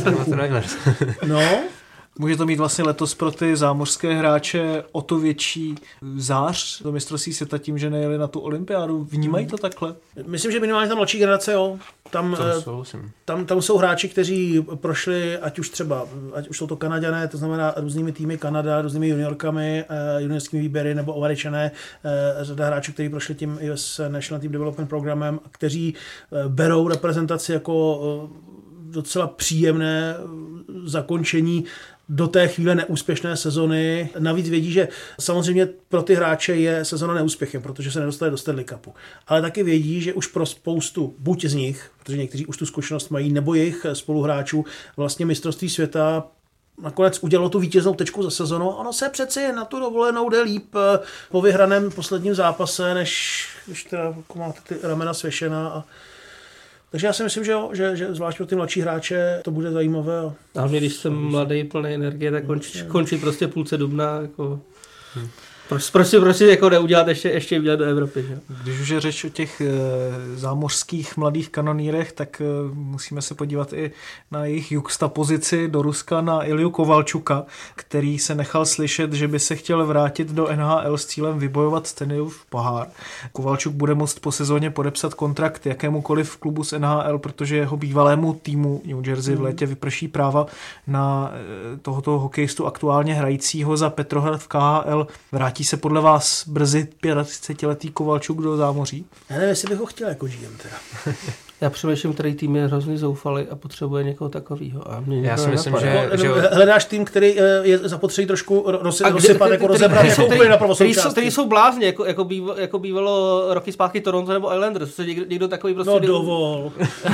No. Může to mít vlastně letos pro ty zámořské hráče o to větší zář do mistrovství světa tím, že nejeli na tu olympiádu. Vnímají to takhle? Myslím, že minimálně ta mladší generace, jo. Tam, tam, tam jsou hráči, kteří prošli, ať už třeba, ať už jsou to Kanaďané, to znamená různými týmy Kanada, různými juniorkami, juniorskými výběry nebo Američané, řada hráčů, kteří prošli tím U S National Team Development Programem, kteří berou reprezentaci jako docela příjemné zakončení do té chvíle neúspěšné sezony. Navíc vědí, že samozřejmě pro ty hráče je sezona neúspěchem, protože se nedostali do Stanley Cupu. Ale taky vědí, že už pro spoustu, buď z nich, protože někteří už tu zkušenost mají, nebo jejich spoluhráčů, vlastně mistrovství světa nakonec udělalo tu vítěznou tečku za sezonu. Ono se přeci na tu dovolenou jde líp po vyhraném posledním zápase, než když teda máte ty ramena svěšená a takže já si myslím, že, jo, že, že zvlášť pro ty mladší hráče to bude zajímavé. A hlavně, když jsem mladý, plný energie, tak končí, končí prostě půlce dubna. Jako... Hmm. Proč, prostě, prostě jako neudělat ještě, ještě výlet do Evropy. Že? Když už je řeč o těch e, zámořských mladých kanonýrech, tak e, musíme se podívat i na jejich juxtapozici do Ruska na Ilju Kovalčuka, který se nechal slyšet, že by se chtěl vrátit do N H L s cílem vybojovat Stanleyův pohár. Kovalčuk bude moct po sezóně podepsat kontrakt jakémukoliv klubu z N H L, protože jeho bývalému týmu New Jersey v létě vyprší práva na e, tohoto hokejistu aktuálně hrajícího za Petrohrad v K H L. Vrátí se podle vás brzy třicetiletý Kovalčuk do zámoří? Já nevím, jestli bych ho chtěl jako G M teda. Já přemýšlím, který tým je hrozně zoufalý a potřebuje někoho takovýho. A mě Já si myslím, že, že... Hledáš tým, který je zapotřebí trošku rozsypat, rozsypat jako rozebrat, jako úplně na pravosou částky. Který jsou blázni, jako, jako, bývalo, jako bývalo roky zpátky Toronto nebo Islanders. Někdo, někdo takový prostě... No dovol.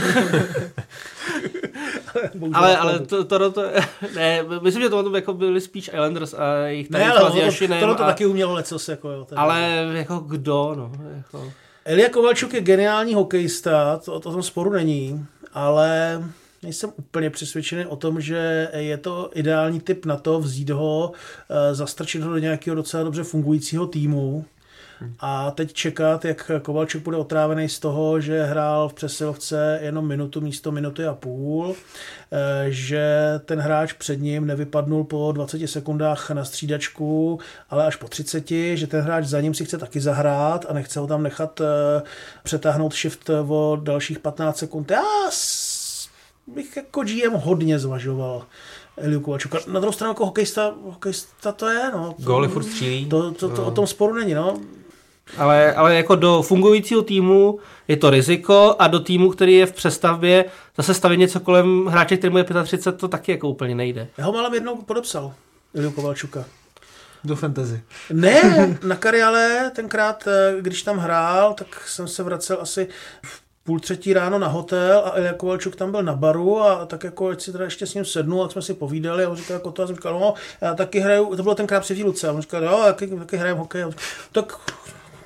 ale ale to, to, to, ne, myslím, že to jako byli spíš Islanders a jejich tady ne, ale to, to, to taky umělo lecos. Jako, jo, ale jako kdo, no. Jako... Ilja Kovalčuk je geniální hokejista, to o tom sporu není, ale nejsem úplně přesvědčený o tom, že je to ideální typ na to vzít ho, zastrčit ho do nějakého docela dobře fungujícího týmu. A teď čekat, jak Kovalčuk bude otrávený z toho, že hrál v přesilovce jenom minutu místo minuty a půl, že ten hráč před ním nevypadnul po dvaceti sekundách na střídačku, ale až po třiceti, že ten hráč za ním si chce taky zahrát a nechce ho tam nechat přetáhnout shift o dalších patnáct sekund. Já bych jako G M hodně zvažoval Ilju Kovalčuka. Na druhou stranu jako hokejista, hokejista to je, no. Góly furt střílí. To, to, to, to o tom sporu není, no. Ale, ale jako do fungujícího týmu je to riziko a do týmu, který je v přestavbě, zase stavit něco kolem hráče, který mu je třicet pět, to taky jako úplně nejde. Já ho málem jednou podepsal, Ilju Kovalčuka. Do fantasy. Ne, na Kariale tenkrát, když tam hrál, tak jsem se vracel asi v půl třetí ráno na hotel a Ilja Kovalčuk tam byl na baru a tak jako, ať si teda ještě s ním sednu, a jsme si povídali a on říkal jako to, a jsem říkal, no, já taky hraju, to bylo tenkrát při Výluce, a on říkal, jo, taky, taky hrajem hokej, tak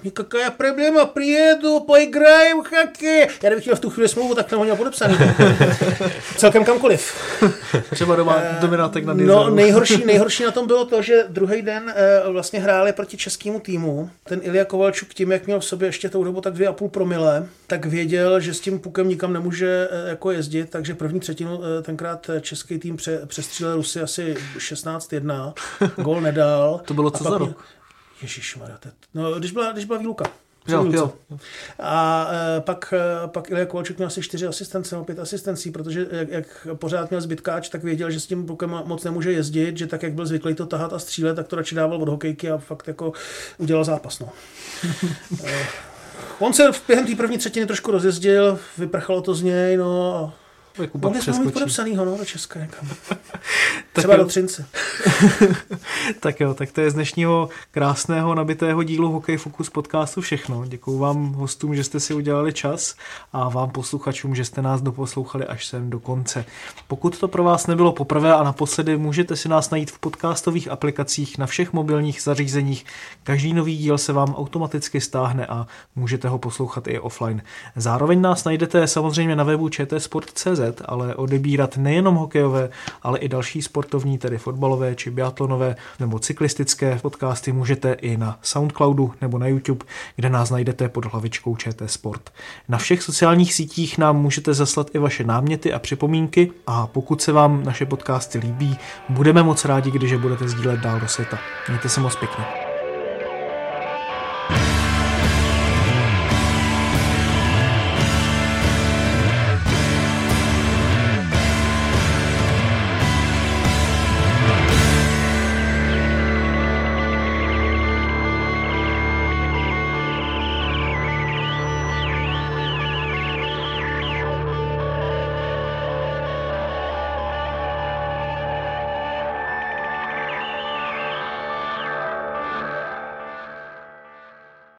Никакая проблема, приеdu, поиграем в hokej. Já kdybych chtěl v tu chvíli smlouvu, tak jsem ho měl podepsaný. Celkem kamkoliv. Třeba doma dominátek na No nejhorší, nejhorší na tom bylo to, že druhý den vlastně hráli proti českému týmu. Ten Ilja Kovalčuk tím, jak měl v sobě ještě tou dobu tak dvě a půl promile, tak věděl, že s tím pukem nikam nemůže jako jezdit, takže první třetinu tenkrát český tým přestřílel Rusy asi šestnáct jedna. Gól nedal. To bylo co za rok? Ježišmarja, no když byla, když byla výluka. Jo, jo. A e, pak, e, pak Ilja Kovalčuk měl asi čtyři asistence, no pět asistencí, protože jak, jak pořád měl zbytkáč, tak věděl, že s tím pukem moc nemůže jezdit, že tak, jak byl zvyklý to tahat a střílet, tak to radši dával od hokejky a fakt jako udělal zápas. No. e, on se během té první třetiny trošku rozjezdil, vyprchalo to z něj, no a mohli jsme mít podepsanýho, no, do Česka někam. Třeba do Třince. Tak jo, tak to je z dnešního krásného nabitého dílu Hokej Focus podcastu všechno. Děkuju vám hostům, že jste si udělali čas a vám posluchačům, že jste nás doposlouchali až sem do konce. Pokud to pro vás nebylo poprvé a naposledy, můžete si nás najít v podcastových aplikacích na všech mobilních zařízeních. Každý nový díl se vám automaticky stáhne a můžete ho poslouchat i offline. Zároveň nás najdete samozřejmě na webu č t sport tečka c z, ale odebírat nejenom hokejové, ale i další sportovní, tedy fotbalové či biatlonové nebo cyklistické podcasty můžete i na Soundcloudu nebo na YouTube, kde nás najdete pod hlavičkou Č T Sport. Na všech sociálních sítích nám můžete zaslat i vaše náměty a připomínky a pokud se vám naše podcasty líbí, budeme moc rádi, když je budete sdílet dál do světa. Mějte se moc pěkně.